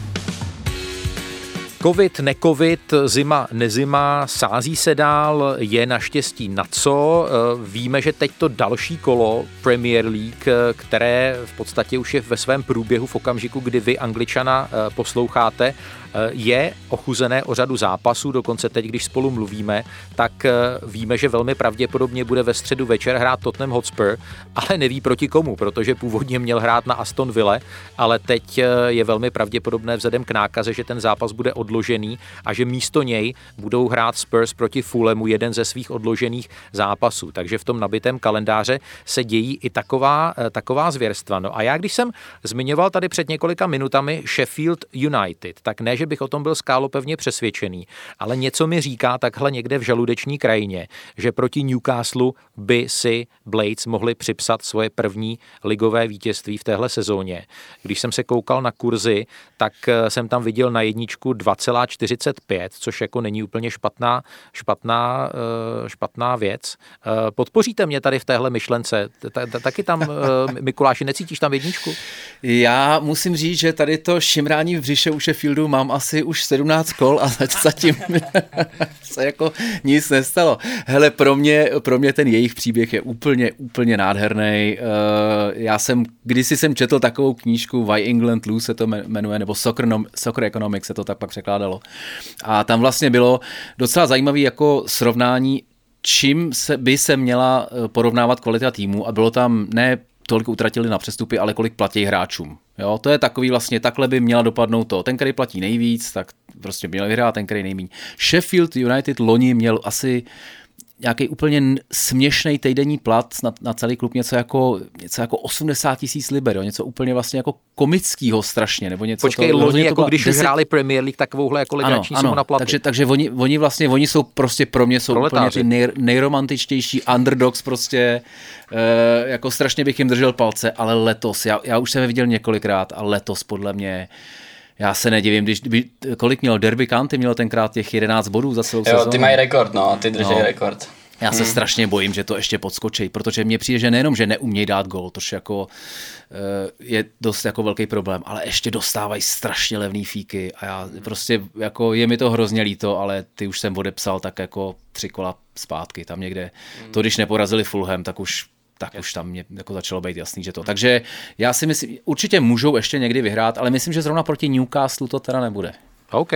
Covid, necovid, zima, nezima, sází se dál, je naštěstí na co. Víme, že teď to další kolo Premier League, které v podstatě už je ve svém průběhu v okamžiku, kdy vy Angličana posloucháte, je ochuzené o řadu zápasů, dokonce teď, když spolu mluvíme, tak víme, že velmi pravděpodobně bude ve středu večer hrát Tottenham Hotspur, ale neví proti komu, protože původně měl hrát na Aston Ville, ale teď je velmi pravděpodobné vzhledem k nákaze, že ten zápas bude odložený a že místo něj budou hrát Spurs proti Fulhamu, jeden ze svých odložených zápasů. Takže v tom nabitém kalendáře se dějí i taková zvěrstva. No a já, když jsem zmiňoval tady před několika minutami Sheffield United, tak ne, že bych o tom byl skálopevně přesvědčený, ale něco mi říká takhle někde v žaludeční krajině, že proti Newcastle by si Blades mohli připsat svoje první ligové vítězství v téhle sezóně. Když jsem se koukal na kurzy, tak jsem tam viděl na jedničku 2,45, což jako není úplně špatná věc. Podpoříte mě tady v téhle myšlence? Taky tam, Mikuláši, necítíš tam jedničku? Já musím říct, že tady to šimrání v břiše u Sheffieldu mám asi už 17 kol a zatím se jako nic nestalo. Hele, pro mě ten jejich příběh je úplně nádherný. Kdysi jsem četl takovou knížku Why England Lose se to jmenuje, nebo Soccer Economics se to tak pak překládalo. A tam vlastně bylo docela zajímavé jako srovnání, čím by se měla porovnávat kvalita týmu a bylo tam ne tolik utratili na přestupy, ale kolik platí hráčům. Jo, to je takový vlastně, takhle by měla dopadnout to. Ten, který platí nejvíc, tak prostě měl vyhrát, ten, který nejméně. Sheffield United loni měl asi nějaký úplně směšný týdenní plat na celý klub, něco jako 80 000 liber, jo? Něco úplně vlastně jako komického strašně, nebo něco. Počkej, loni jako když hráli Premier League, takovouhle jako legrační sumu na platy. Takže oni jsou prostě pro mě jsou úplně ty nejromantičtější underdogs prostě, jako strašně bych jim držel palce, ale letos, já už jsem je viděl několikrát a letos podle mě já se nedivím, kolik měl Derby County, měl tenkrát těch 11 bodů za celou sezónu. Jo, ty mají rekord, ty drží rekord. Já se strašně bojím, že to ještě podskočí, protože mně přijde, že nejenom, že neumějí dát gól, což jako je dost jako velký problém, ale ještě dostávají strašně levný fíky a já prostě jako je mi to hrozně líto, ale ty už jsem odepsal tak jako 3 kola zpátky, tam někde, to když neporazili Fulham, tak už tam mě jako začalo být jasný, že to. Takže já si myslím, určitě můžou ještě někdy vyhrát, ale myslím, že zrovna proti Newcastle to teda nebude. OK.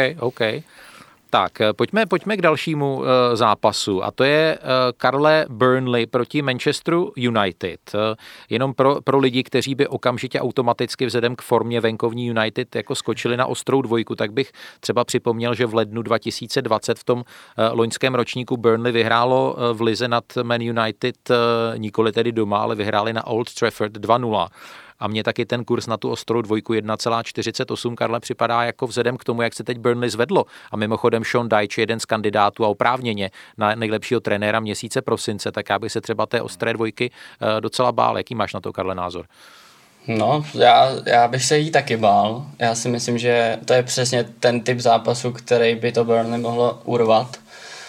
Tak, pojďme k dalšímu zápasu a to je Karle Burnley proti Manchesteru United. Jenom pro lidi, kteří by okamžitě automaticky vzhledem k formě venkovní United jako skočili na ostrou dvojku, tak bych třeba připomněl, že v lednu 2020 v tom loňském ročníku Burnley vyhrálo v lize nad Man United nikoli tedy doma, ale vyhráli na Old Trafford 2-0. A mně taky ten kurz na tu ostrou dvojku 1,48, Karle, připadá jako vzhledem k tomu, jak se teď Burnley zvedlo. A mimochodem Sean Dyche, jeden z kandidátů a oprávněně na nejlepšího trenéra měsíce prosince, tak já bych se třeba té ostré dvojky docela bál. Jaký máš na to, Karle, názor? No, já bych se jí taky bál. Já si myslím, že to je přesně ten typ zápasu, který by to Burnley mohlo urvat.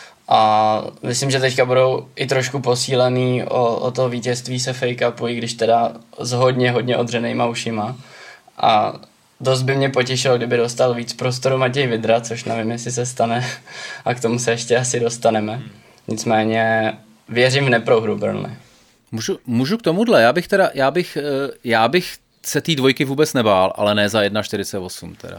A myslím, že teďka budou i trošku posílený o to vítězství se FA Cupu, i když teda s hodně odřenejma ušima. A dost by mě potěšilo, kdyby dostal víc prostoru Matěj Vydra, což nevím, jestli se stane a k tomu se ještě asi dostaneme. Nicméně věřím v neprohru Burnley. Můžu k tomuhle, já bych se té dvojky vůbec nebál, ale ne za 1,48 teda.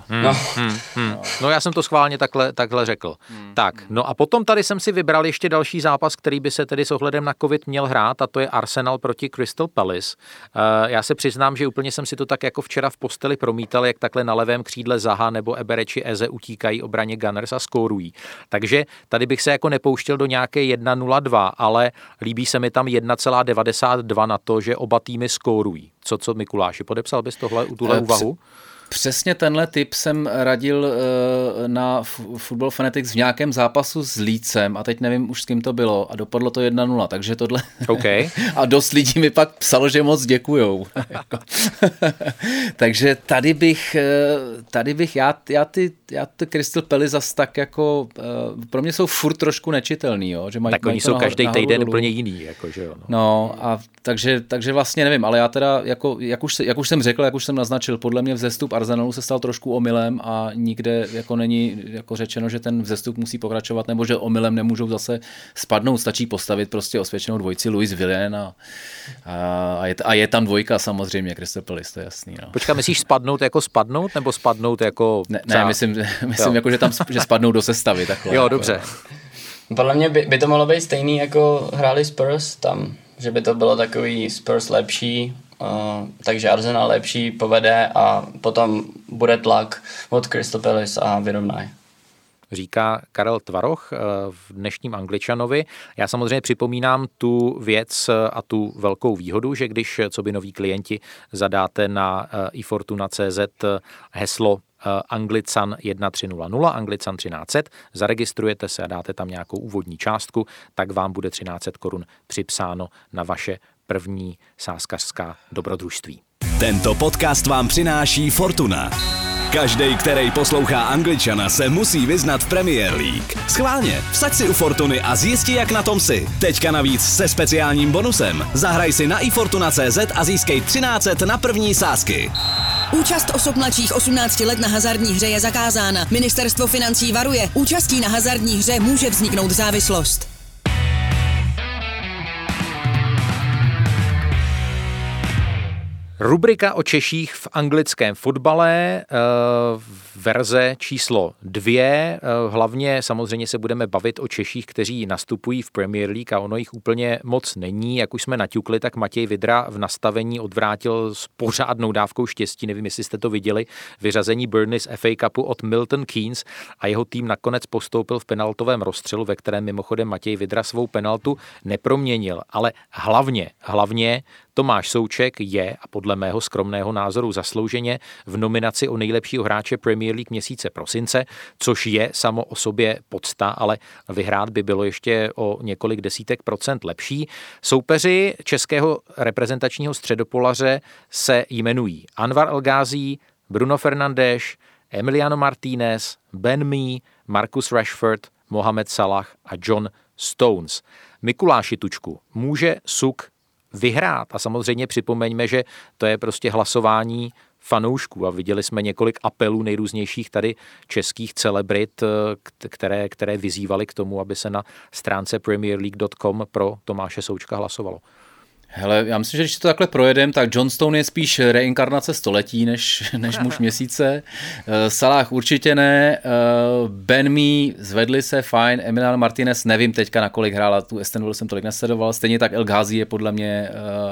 No já jsem to schválně takhle řekl. Tak, no a potom tady jsem si vybral ještě další zápas, který by se tedy s ohledem na covid měl hrát, a to je Arsenal proti Crystal Palace. Já se přiznám, že úplně jsem si to tak jako včera v posteli promítal, jak takhle na levém křídle Zaha nebo Eberechi Eze utíkají obraně Gunners a skórují. Takže tady bych se jako nepouštěl do nějaké 1,02, ale líbí se mi tam 1,92 na to, že oba týmy skórují. Co Mikuláši, podepsal bys tuhle úvahu? Přesně tenhle tip jsem radil na Football Fanatics v nějakém zápasu s Leedsem a teď nevím už s kým to bylo a dopadlo to 1-0, takže tohle... Okay. A dost lidí mi pak psalo, že moc děkujou. Takže tady bych já ty Crystal Palace zas tak jako pro mě jsou furt trošku nečitelný, jo, že mají, tak oni jsou každý týden úplně jiný, jako, že jo. No a takže vlastně nevím, ale já teda jak už jsem řekl, jak už jsem naznačil, podle mě vzestup Arsenalu se stal trošku omylem a nikde jako není jako řečeno, že ten vzestup musí pokračovat, nebo že omylem nemůžou zase spadnout. Stačí postavit prostě osvědčenou dvojici Luis Villen a je tam dvojka samozřejmě, Crystal Palace, to je jasný. No. Počkej, myslíš spadnout jako spadnout, nebo spadnout jako... Ne, myslím jako, že spadnou do sestavy. Takhle, jo, dobře. Podle mě by to mohlo být stejný, jako hráli Spurs tam, že by to bylo takový Spurs lepší, takže Arsenal lepší povede a potom bude tlak od Crystal Palace a vyrovnají. Říká Karel Tvaroch v dnešním Angličanovi. Já samozřejmě připomínám tu věc a tu velkou výhodu, že když coby noví klienti zadáte na ifortuna.cz heslo Anglican 1300, Anglican 1300, zaregistrujete se a dáte tam nějakou úvodní částku, tak vám bude 1300 korun připsáno na vaše první sázkařská dobrodružství. Tento podcast vám přináší Fortuna. Každej, který poslouchá Angličana, se musí vyznat v Premier League. Schválně, vsaď si u Fortuny a zjisti, jak na tom si. Teďka navíc se speciálním bonusem. Zahraj si na ifortuna.cz a získej 1300 na první sázky. Účast osob mladších 18 let na hazardní hře je zakázána. Ministerstvo financí varuje. Účastí na hazardní hře může vzniknout závislost. Rubrika o Češích v anglickém fotbale, verze číslo 2. Hlavně samozřejmě se budeme bavit o Češích, kteří nastupují v Premier League a ono jich úplně moc není. Jak už jsme naťukli, tak Matěj Vydra v nastavení odvrátil s pořádnou dávkou štěstí, nevím, jestli jste to viděli, vyřazení Burnley z FA Cupu od Milton Keynes a jeho tým nakonec postoupil v penaltovém rozstřelu, ve kterém mimochodem Matěj Vydra svou penaltu neproměnil. Ale hlavně Tomáš Souček je, a podle mého skromného názoru zaslouženě, v nominaci o nejlepšího hráče Premier League měsíce prosince, což je samo o sobě podsta, ale vyhrát by bylo ještě o několik desítek procent lepší. Soupeři českého reprezentačního středopolaře se jmenují Anwar El Ghazi, Bruno Fernandes, Emiliano Martínez, Ben Mee, Marcus Rashford, Mohamed Salah a John Stones. Mikuláši Tučku, může SUK vyhrát? A samozřejmě připomeňme, že to je prostě hlasování fanoušků a viděli jsme několik apelů nejrůznějších tady českých celebrit, které vyzývaly k tomu, aby se na stránce premierleague.com pro Tomáše Součka hlasovalo. Hele, já myslím, že když to takhle projedem, tak John Stone je spíš reinkarnace století, než muž měsíce. Salah určitě ne. Ben Mee zvedli se, fajn. Emiliano Martínez, nevím teďka, na kolik hrál, tu Aston Villa jsem tolik nesledoval. Stejně tak El Ghazi je podle mě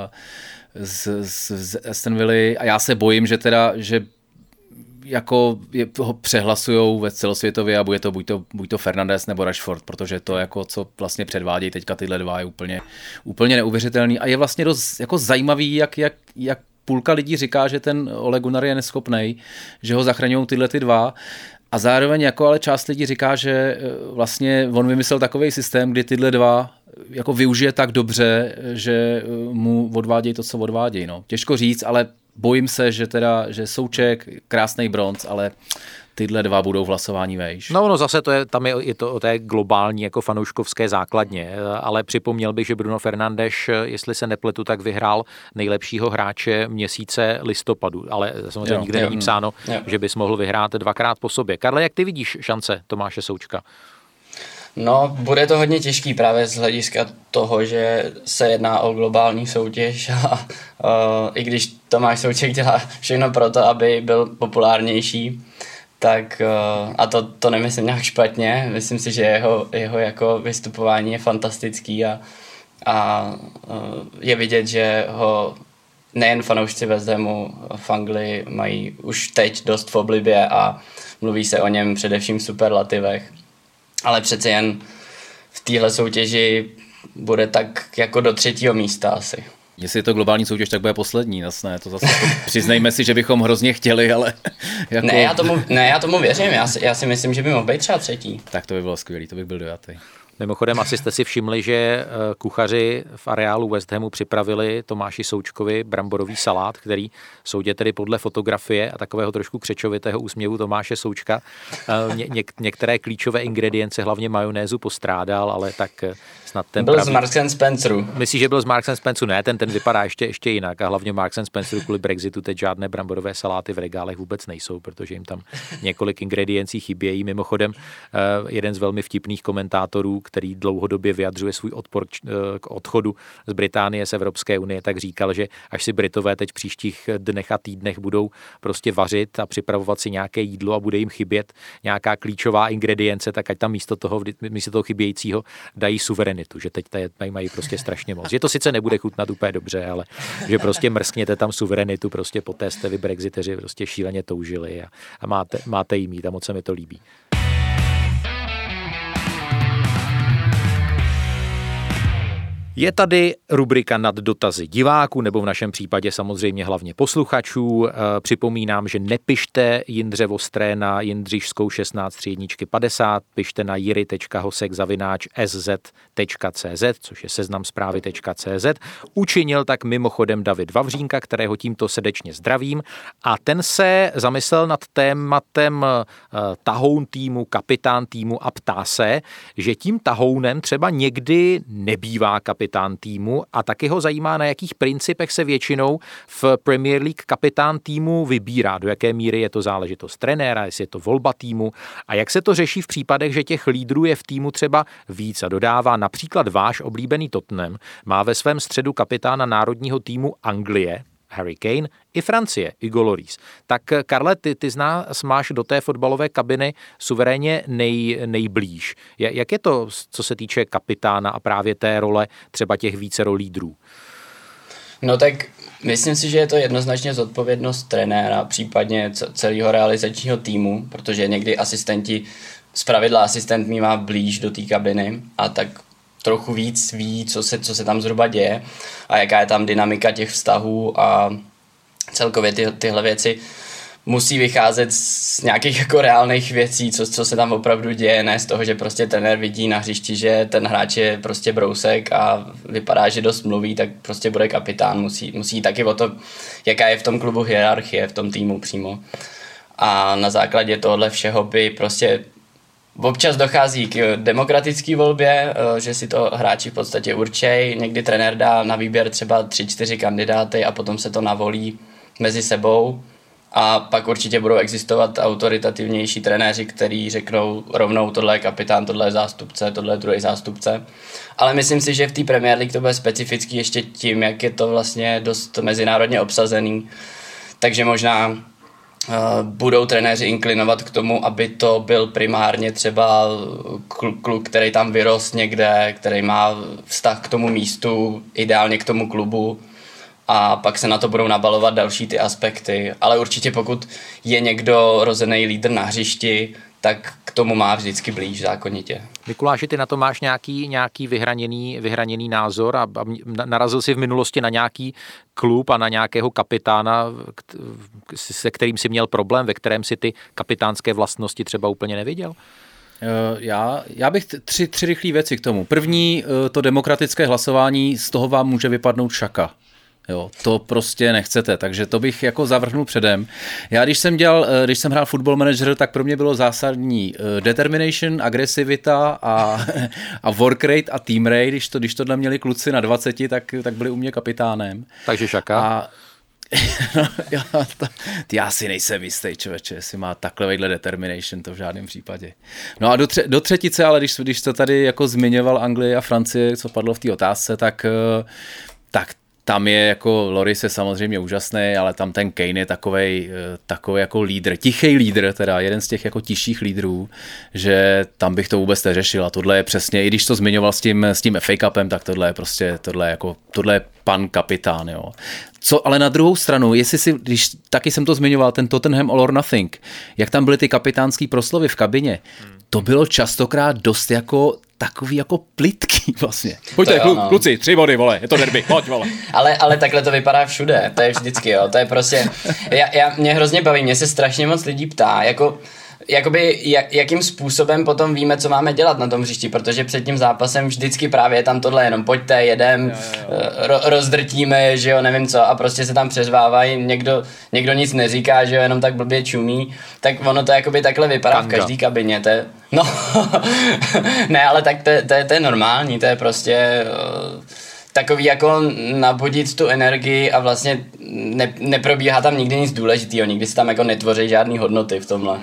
z Aston Villa a já se bojím, že jako ho přehlasujou ve celosvětově a bude to buď to Fernandes nebo Rashford, protože to, jako, co vlastně předvádějí teďka tyhle dva, je úplně neuvěřitelný a je vlastně dost jako zajímavý, jak půlka lidí říká, že ten Ole Gunnar je neschopnej, že ho zachraňují tyhle ty dva. A zároveň jako ale část lidí říká, že vlastně on vymyslel takový systém, kdy tyhle dva jako využije tak dobře, že mu odvádějí to, co odvádějí. No. Těžko říct, ale bojím se, že Souček, krásný bronz, ale tyhle dva budou v hlasování vejš. No ono zase tam je to o té globální jako fanouškovské základně, ale připomněl bych, že Bruno Fernandes, jestli se nepletu, tak vyhrál nejlepšího hráče měsíce listopadu, ale samozřejmě nikde není psáno, že bys mohl vyhrát dvakrát po sobě. Karle, jak ty vidíš šance Tomáše Součka? No, bude to hodně těžký právě z hlediska toho, že se jedná o globální soutěž a i když Tomáš Souček dělá všechno pro to, aby byl populárnější, tak a to nemyslím nějak špatně, myslím si, že jeho jako vystupování je fantastický a je vidět, že ho nejen fanoušci West Hamu v Anglii mají už teď dost v oblibě a mluví se o něm především v superlativech. Ale přece jen v téhle soutěži bude tak jako do 3. místa asi. Jestli je to globální soutěž, tak bude poslední, jasné. To zase přiznejme si, že bychom hrozně chtěli, ale... Jako... Ne, já tomu věřím, já si myslím, že by mohl být třeba 3. Tak to by bylo skvělý, to bych byl 9. Mimochodem, asi jste si všimli, že kuchaři v areálu West Hamu připravili Tomáši Součkovi bramborový salát, který soudě tedy podle fotografie a takového trošku křečovitého úsměvu Tomáše Součka některé klíčové ingredience, hlavně majonézu, postrádal, ale tak snad ten byl z Marks & Spenceru. Myslíš, že byl z Marks & Spenceru? Ne, ten vypadá ještě jinak a hlavně Marks & Spenceru kvůli Brexitu teď žádné bramborové saláty v regálech vůbec nejsou, protože jim tam několik ingrediencí chybějí. Mimochodem, jeden z velmi vtipných komentátorů, který dlouhodobě vyjadřuje svůj odpor k odchodu z Británie z Evropské unie, tak říkal, že až si Britové teď v příštích dnech a týdnech budou prostě vařit a připravovat si nějaké jídlo a bude jim chybět nějaká klíčová ingredience, tak ať tam místo toho chybějícího dají suverenitu, že teď mají prostě strašně moc. Že to sice nebude chutnat úplně dobře, ale že prostě mrskněte tam suverenitu, prostě poté jste vy brexiteři prostě šíleně toužili a máte jí mít a moc se mi to líbí. Je tady rubrika Nad dotazy diváků, nebo v našem případě samozřejmě hlavně posluchačů. Připomínám, že nepište Jindře Vostré na Jindřišskou 16 50, pište na jiry.hosek@sz.cz, což je seznamzprávy.cz. Učinil tak mimochodem David Vavřínka, kterého tímto srdečně zdravím, a ten se zamyslel nad tématem tahoun týmu, kapitán týmu a ptá se, že tím tahounem třeba někdy nebývá kapitán týmu a taky ho zajímá, na jakých principech se většinou v Premier League kapitán týmu vybírá, do jaké míry je to záležitost trenéra, jestli je to volba týmu a jak se to řeší v případech, že těch lídrů je v týmu třeba víc a dodává například váš oblíbený Tottenham, má ve svém středu kapitána národního týmu Anglie, Harry Kane, i Francie, Hugo Lloris. Tak Karle, ty z nás máš do té fotbalové kabiny suverénně nejblíž. Jak je to, co se týče kapitána a právě té role třeba těch vícero lídrů? No tak myslím si, že je to jednoznačně zodpovědnost trenéra, případně celého realizačního týmu, protože někdy zpravidla asistent mívá blíž do té kabiny a tak trochu víc ví, co se tam zhruba děje a jaká je tam dynamika těch vztahů a celkově tyhle věci musí vycházet z nějakých jako reálných věcí, co se tam opravdu děje, ne z toho, že prostě trenér vidí na hřišti, že ten hráč je prostě brousek a vypadá, že dost mluví, tak prostě bude kapitán, musí taky o to, jaká je v tom klubu hierarchie, v tom týmu přímo. A na základě tohohle všeho by prostě občas dochází k demokratické volbě, že si to hráči v podstatě určej, někdy trenér dá na výběr třeba 3-4 kandidáty a potom se to navolí mezi sebou a pak určitě budou existovat autoritativnější trenéři, kteří řeknou rovnou tohle je kapitán, tohle je zástupce, tohle je druhý zástupce. Ale myslím si, že v té Premier League to bude specifický ještě tím, jak je to vlastně dost mezinárodně obsazený, takže možná budou trenéři inklinovat k tomu, aby to byl primárně třeba kluk, který tam vyrost někde, který má vztah k tomu místu, ideálně k tomu klubu a pak se na to budou nabalovat další ty aspekty. Ale určitě pokud je někdo rozený lídr na hřišti, tak k tomu má vždycky blíž zákonitě. Mikuláši, ty na to máš nějaký vyhraněný názor a narazil jsi v minulosti na nějaký klub a na nějakého kapitána, se kterým jsi měl problém, ve kterém si ty kapitánské vlastnosti třeba úplně neviděl? Já bych tři rychlé věci k tomu. První, to demokratické hlasování, z toho vám může vypadnout šaka. Jo, to prostě nechcete, takže to bych jako zavrhnul předem. Já když jsem hrál Football Manager, tak pro mě bylo zásadní determination, agresivita a work rate a team rate, když tohle měli kluci na 20, tak byli u mě kapitánem. Takže šaka. Já si nejsem jistý, člověče, jestli má takovejhle determination, to v žádném případě. No a do třetice, ale když to tady jako zmiňoval Anglie a Francie, co padlo v té otázce, tak tam je jako Lloris je samozřejmě úžasný, ale tam ten Kane je takovej jako lídr, tichý lídr, teda jeden z těch jako tiších lídrů, že tam bych to vůbec neřešil a tohle je přesně, i když to zmiňoval s tím FA Cupem, tak tohle je pan kapitán, jo. Co ale na druhou stranu, když taky jsem to zmiňoval, ten Tottenham All or Nothing, jak tam byly ty kapitánský proslovy v kabině, to bylo častokrát dost jako takový jako plitký vlastně. Pojďte, kluci, 3 body, vole, je to derby, pojď, vole. Ale takhle to vypadá všude, to je vždycky, jo, to je prostě, mě hrozně baví, mě se strašně moc lidí ptá, jako jakoby jakým způsobem potom víme, co máme dělat na tom hřišti, protože před tím zápasem vždycky právě je tam tohle jenom pojďte, jedem, rozdrtíme, že jo, nevím co, a prostě se tam přeřvávají, někdo nic neříká, že jo, jenom tak blbě čumí, tak ono to jakoby takhle vypadá v každý kabině, no, ne, ale tak to je normální, to je prostě takový jako nabudit tu energii a vlastně neprobíhá tam nikdy nic důležitého, nikdy se tam jako netvoří žádný hodnoty v tomhle.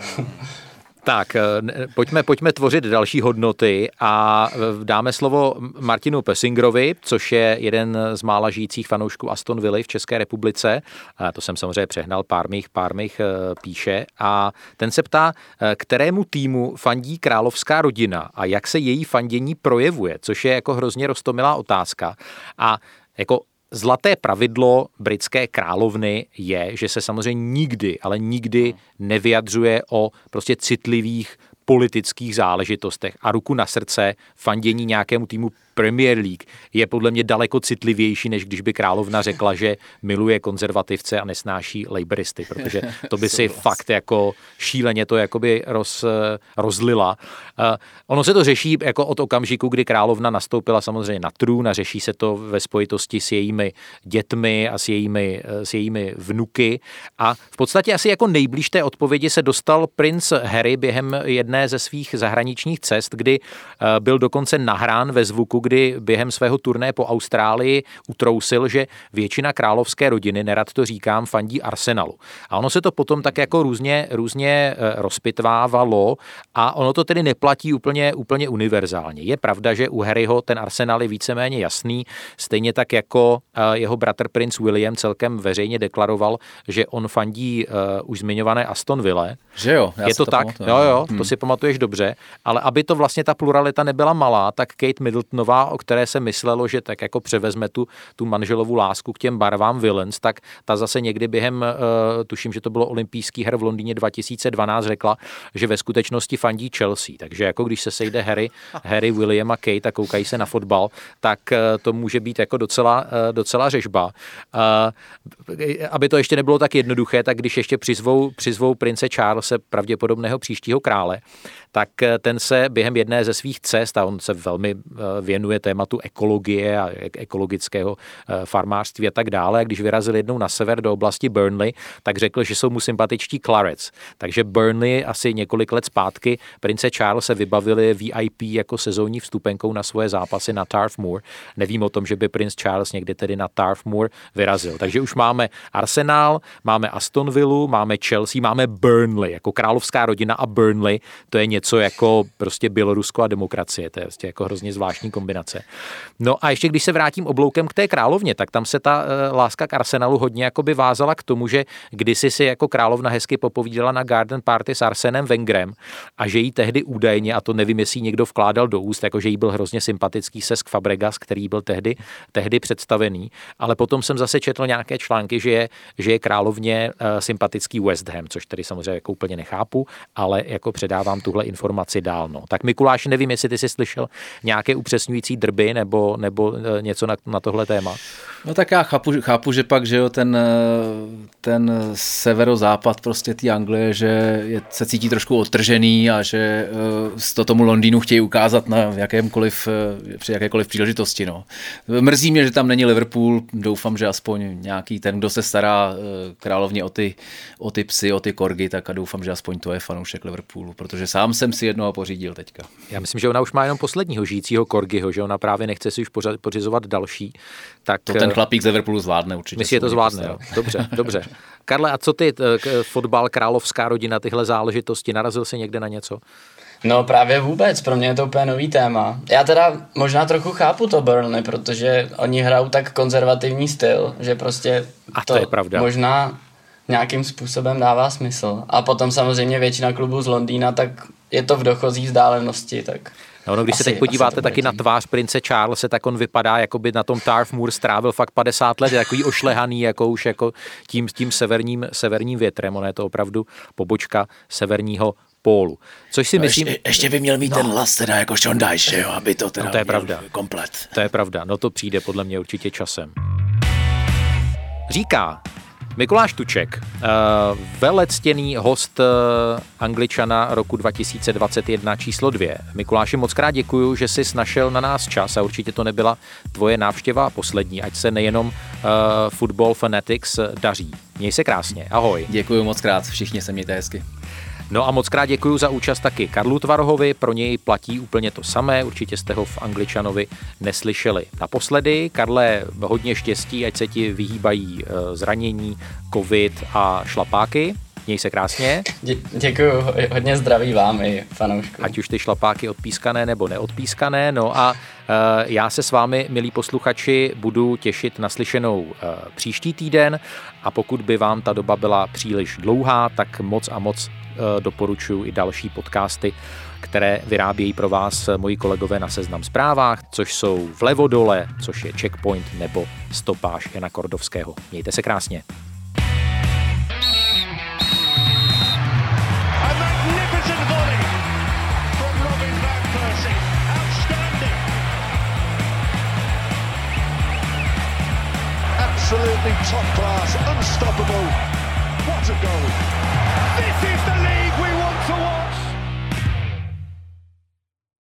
Tak, pojďme tvořit další hodnoty a dáme slovo Martinu Pessingerovi, což je jeden z mála žijících fanoušků Aston Villy v České republice. To jsem samozřejmě přehnal, pár mých píše. A ten se ptá, kterému týmu fandí královská rodina a jak se její fandění projevuje, což je jako hrozně roztomilá otázka. A jako zlaté pravidlo britské královny je, že se samozřejmě nikdy nevyjadřuje o prostě citlivých politických záležitostech a ruku na srdce fandění nějakému týmu Premier League je podle mě daleko citlivější, než když by královna řekla, že miluje konzervativce a nesnáší laboristy, protože to by si fakt jako šíleně to jakoby rozlila. Ono se to řeší jako od okamžiku, kdy královna nastoupila samozřejmě na trůn a řeší se to ve spojitosti s jejími dětmi a s jejími vnuky a v podstatě asi jako nejblíž té odpovědi se dostal princ Harry během jedné ze svých zahraničních cest, kdy byl dokonce nahrán ve zvuku, kdy během svého turné po Austrálii utrousil, že většina královské rodiny, nerad to říkám, fandí Arsenalu. A ono se to potom tak jako různě rozpitvávalo a ono to tedy neplatí úplně univerzálně. Je pravda, že u Harryho ten Arsenal je víceméně jasný, stejně tak jako jeho bratr princ William celkem veřejně deklaroval, že on fandí už zmiňované Aston Ville. Že jo? Je to tak? Jo, to si pamatuješ dobře, ale aby to vlastně ta pluralita nebyla malá, tak Kate Middletonová, o které se myslelo, že tak jako převezme tu manželovu lásku k těm barvám Villains, tak ta zase někdy během, tuším, že to bylo olympijských her v Londýně 2012, řekla, že ve skutečnosti fandí Chelsea. Takže jako když se sejde Harry, William a Kate a koukají se na fotbal, tak to může být jako docela řežba. Aby to ještě nebylo tak jednoduché, tak když ještě přizvou prince Charlese, pravděpodobného příštího krále, tak ten se během jedné ze svých cest, a on se velmi věnuje tématu ekologie a ekologického farmářství a tak dále, a když vyrazil jednou na sever do oblasti Burnley, tak řekl, že jsou mu sympatičtí Clarets. Takže Burnley asi několik let zpátky prince Charles se vybavili VIP jako sezónní vstupenkou na svoje zápasy na Turf Moor. Nevím o tom, že by princ Charles někdy tedy na Turf Moor vyrazil. Takže už máme Arsenal, máme Aston Villu, máme Chelsea, máme Burnley, jako královská rodina a Burnley, to je něco jako prostě Bělorusko a demokracie, to je prostě jako hrozně zvláštní kombinace. No a ještě když se vrátím obloukem k té královně, tak tam se ta láska k Arsenalu hodně jakoby vázala k tomu, že kdysi si jako královna hezky popovídala na garden party s Arsenem Wengerem a že jí tehdy údajně, a to nevím, jestli někdo vkládal do úst, jako že jí byl hrozně sympatický Cesc Fabregas, který byl tehdy představený, ale potom jsem zase četl nějaké články, že je královně sympatický West Ham, což tedy samozřejmě jako úplně nechápu, ale jako předávám tuhle informaci dál. No. Tak Mikuláš, nevím, jestli ty jsi slyšel nějaké upřesňující drby nebo něco na tohle téma. No tak já chápu, že pak, že jo, ten severozápad prostě té Anglie, že se cítí trošku odtržený a že to tomu Londýnu chtějí ukázat při jakékoliv příležitosti. No. Mrzí mě, že tam není Liverpool, doufám, že aspoň nějaký ten, kdo se stará královně o ty psy, o ty korgy, tak a doufám, že aspoň to je fanoušek Liverpoolu, protože sám jsem si jednoho pořídil teďka. Já myslím, že ona už má jenom posledního žijícího korgyho, že ona právě nechce si už pořizovat další. Tak to ten chlapík z Liverpoolu zvládne určitě. Myslíš, že to zvládne, jo? Dobře. Karle, a co ty, fotbal, královská rodina, tyhle záležitosti, narazil jsi někde na něco? No právě vůbec, pro mě je to úplně nový téma. Já teda možná trochu chápu to Burnley, protože oni hrajou tak konzervativní styl, že prostě to je pravda. Možná nějakým způsobem dává smysl. A potom samozřejmě většina klubů z Londýna, tak je to v dochozí vzdálenosti, tak... No, když se teď podíváte taky na tvář prince Charlese, tak on vypadá, jako by na tom Turf Moor strávil fakt 50 let, takový ošlehaný, jako už jako tím severním větrem. Ono je to opravdu pobočka severního pólu. Což si myslím... Ještě by měl mít ten hlas teda jako Sean Dyche, jo, aby to teda to je pravda. Komplet. To je pravda, no to přijde podle mě určitě časem. Říká Mikuláš Tuček, velectěný host Angličana roku 2021 číslo 2. Mikuláši, moc krát děkuju, že jsi našel na nás čas a určitě to nebyla tvoje návštěva poslední, ať se nejenom Football Fanatics daří. Měj se krásně, ahoj. Děkuju moc krát, všichni se mějte hezky. No a moc krát děkuju za účast taky Karlu Tvarohovi, pro něj platí úplně to samé, určitě jste ho v Angličanovi neslyšeli naposledy. Karle, hodně štěstí, ať se ti vyhýbají zranění, covid a šlapáky. Měj se krásně. Děkuju, hodně zdraví vám i fanouškům. Ať už ty šlapáky odpískané nebo neodpískané. No a já se s vámi, milí posluchači, budu těšit na slyšenou příští týden a pokud by vám ta doba byla příliš dlouhá, tak moc a moc doporučuji i další podcasty, které vyrábějí pro vás moji kolegové na Seznam Zprávách, což jsou Vlevo dole, což je Checkpoint nebo Stopáž Jana Kordovského. Mějte se krásně. Absolutely top class, unstoppable.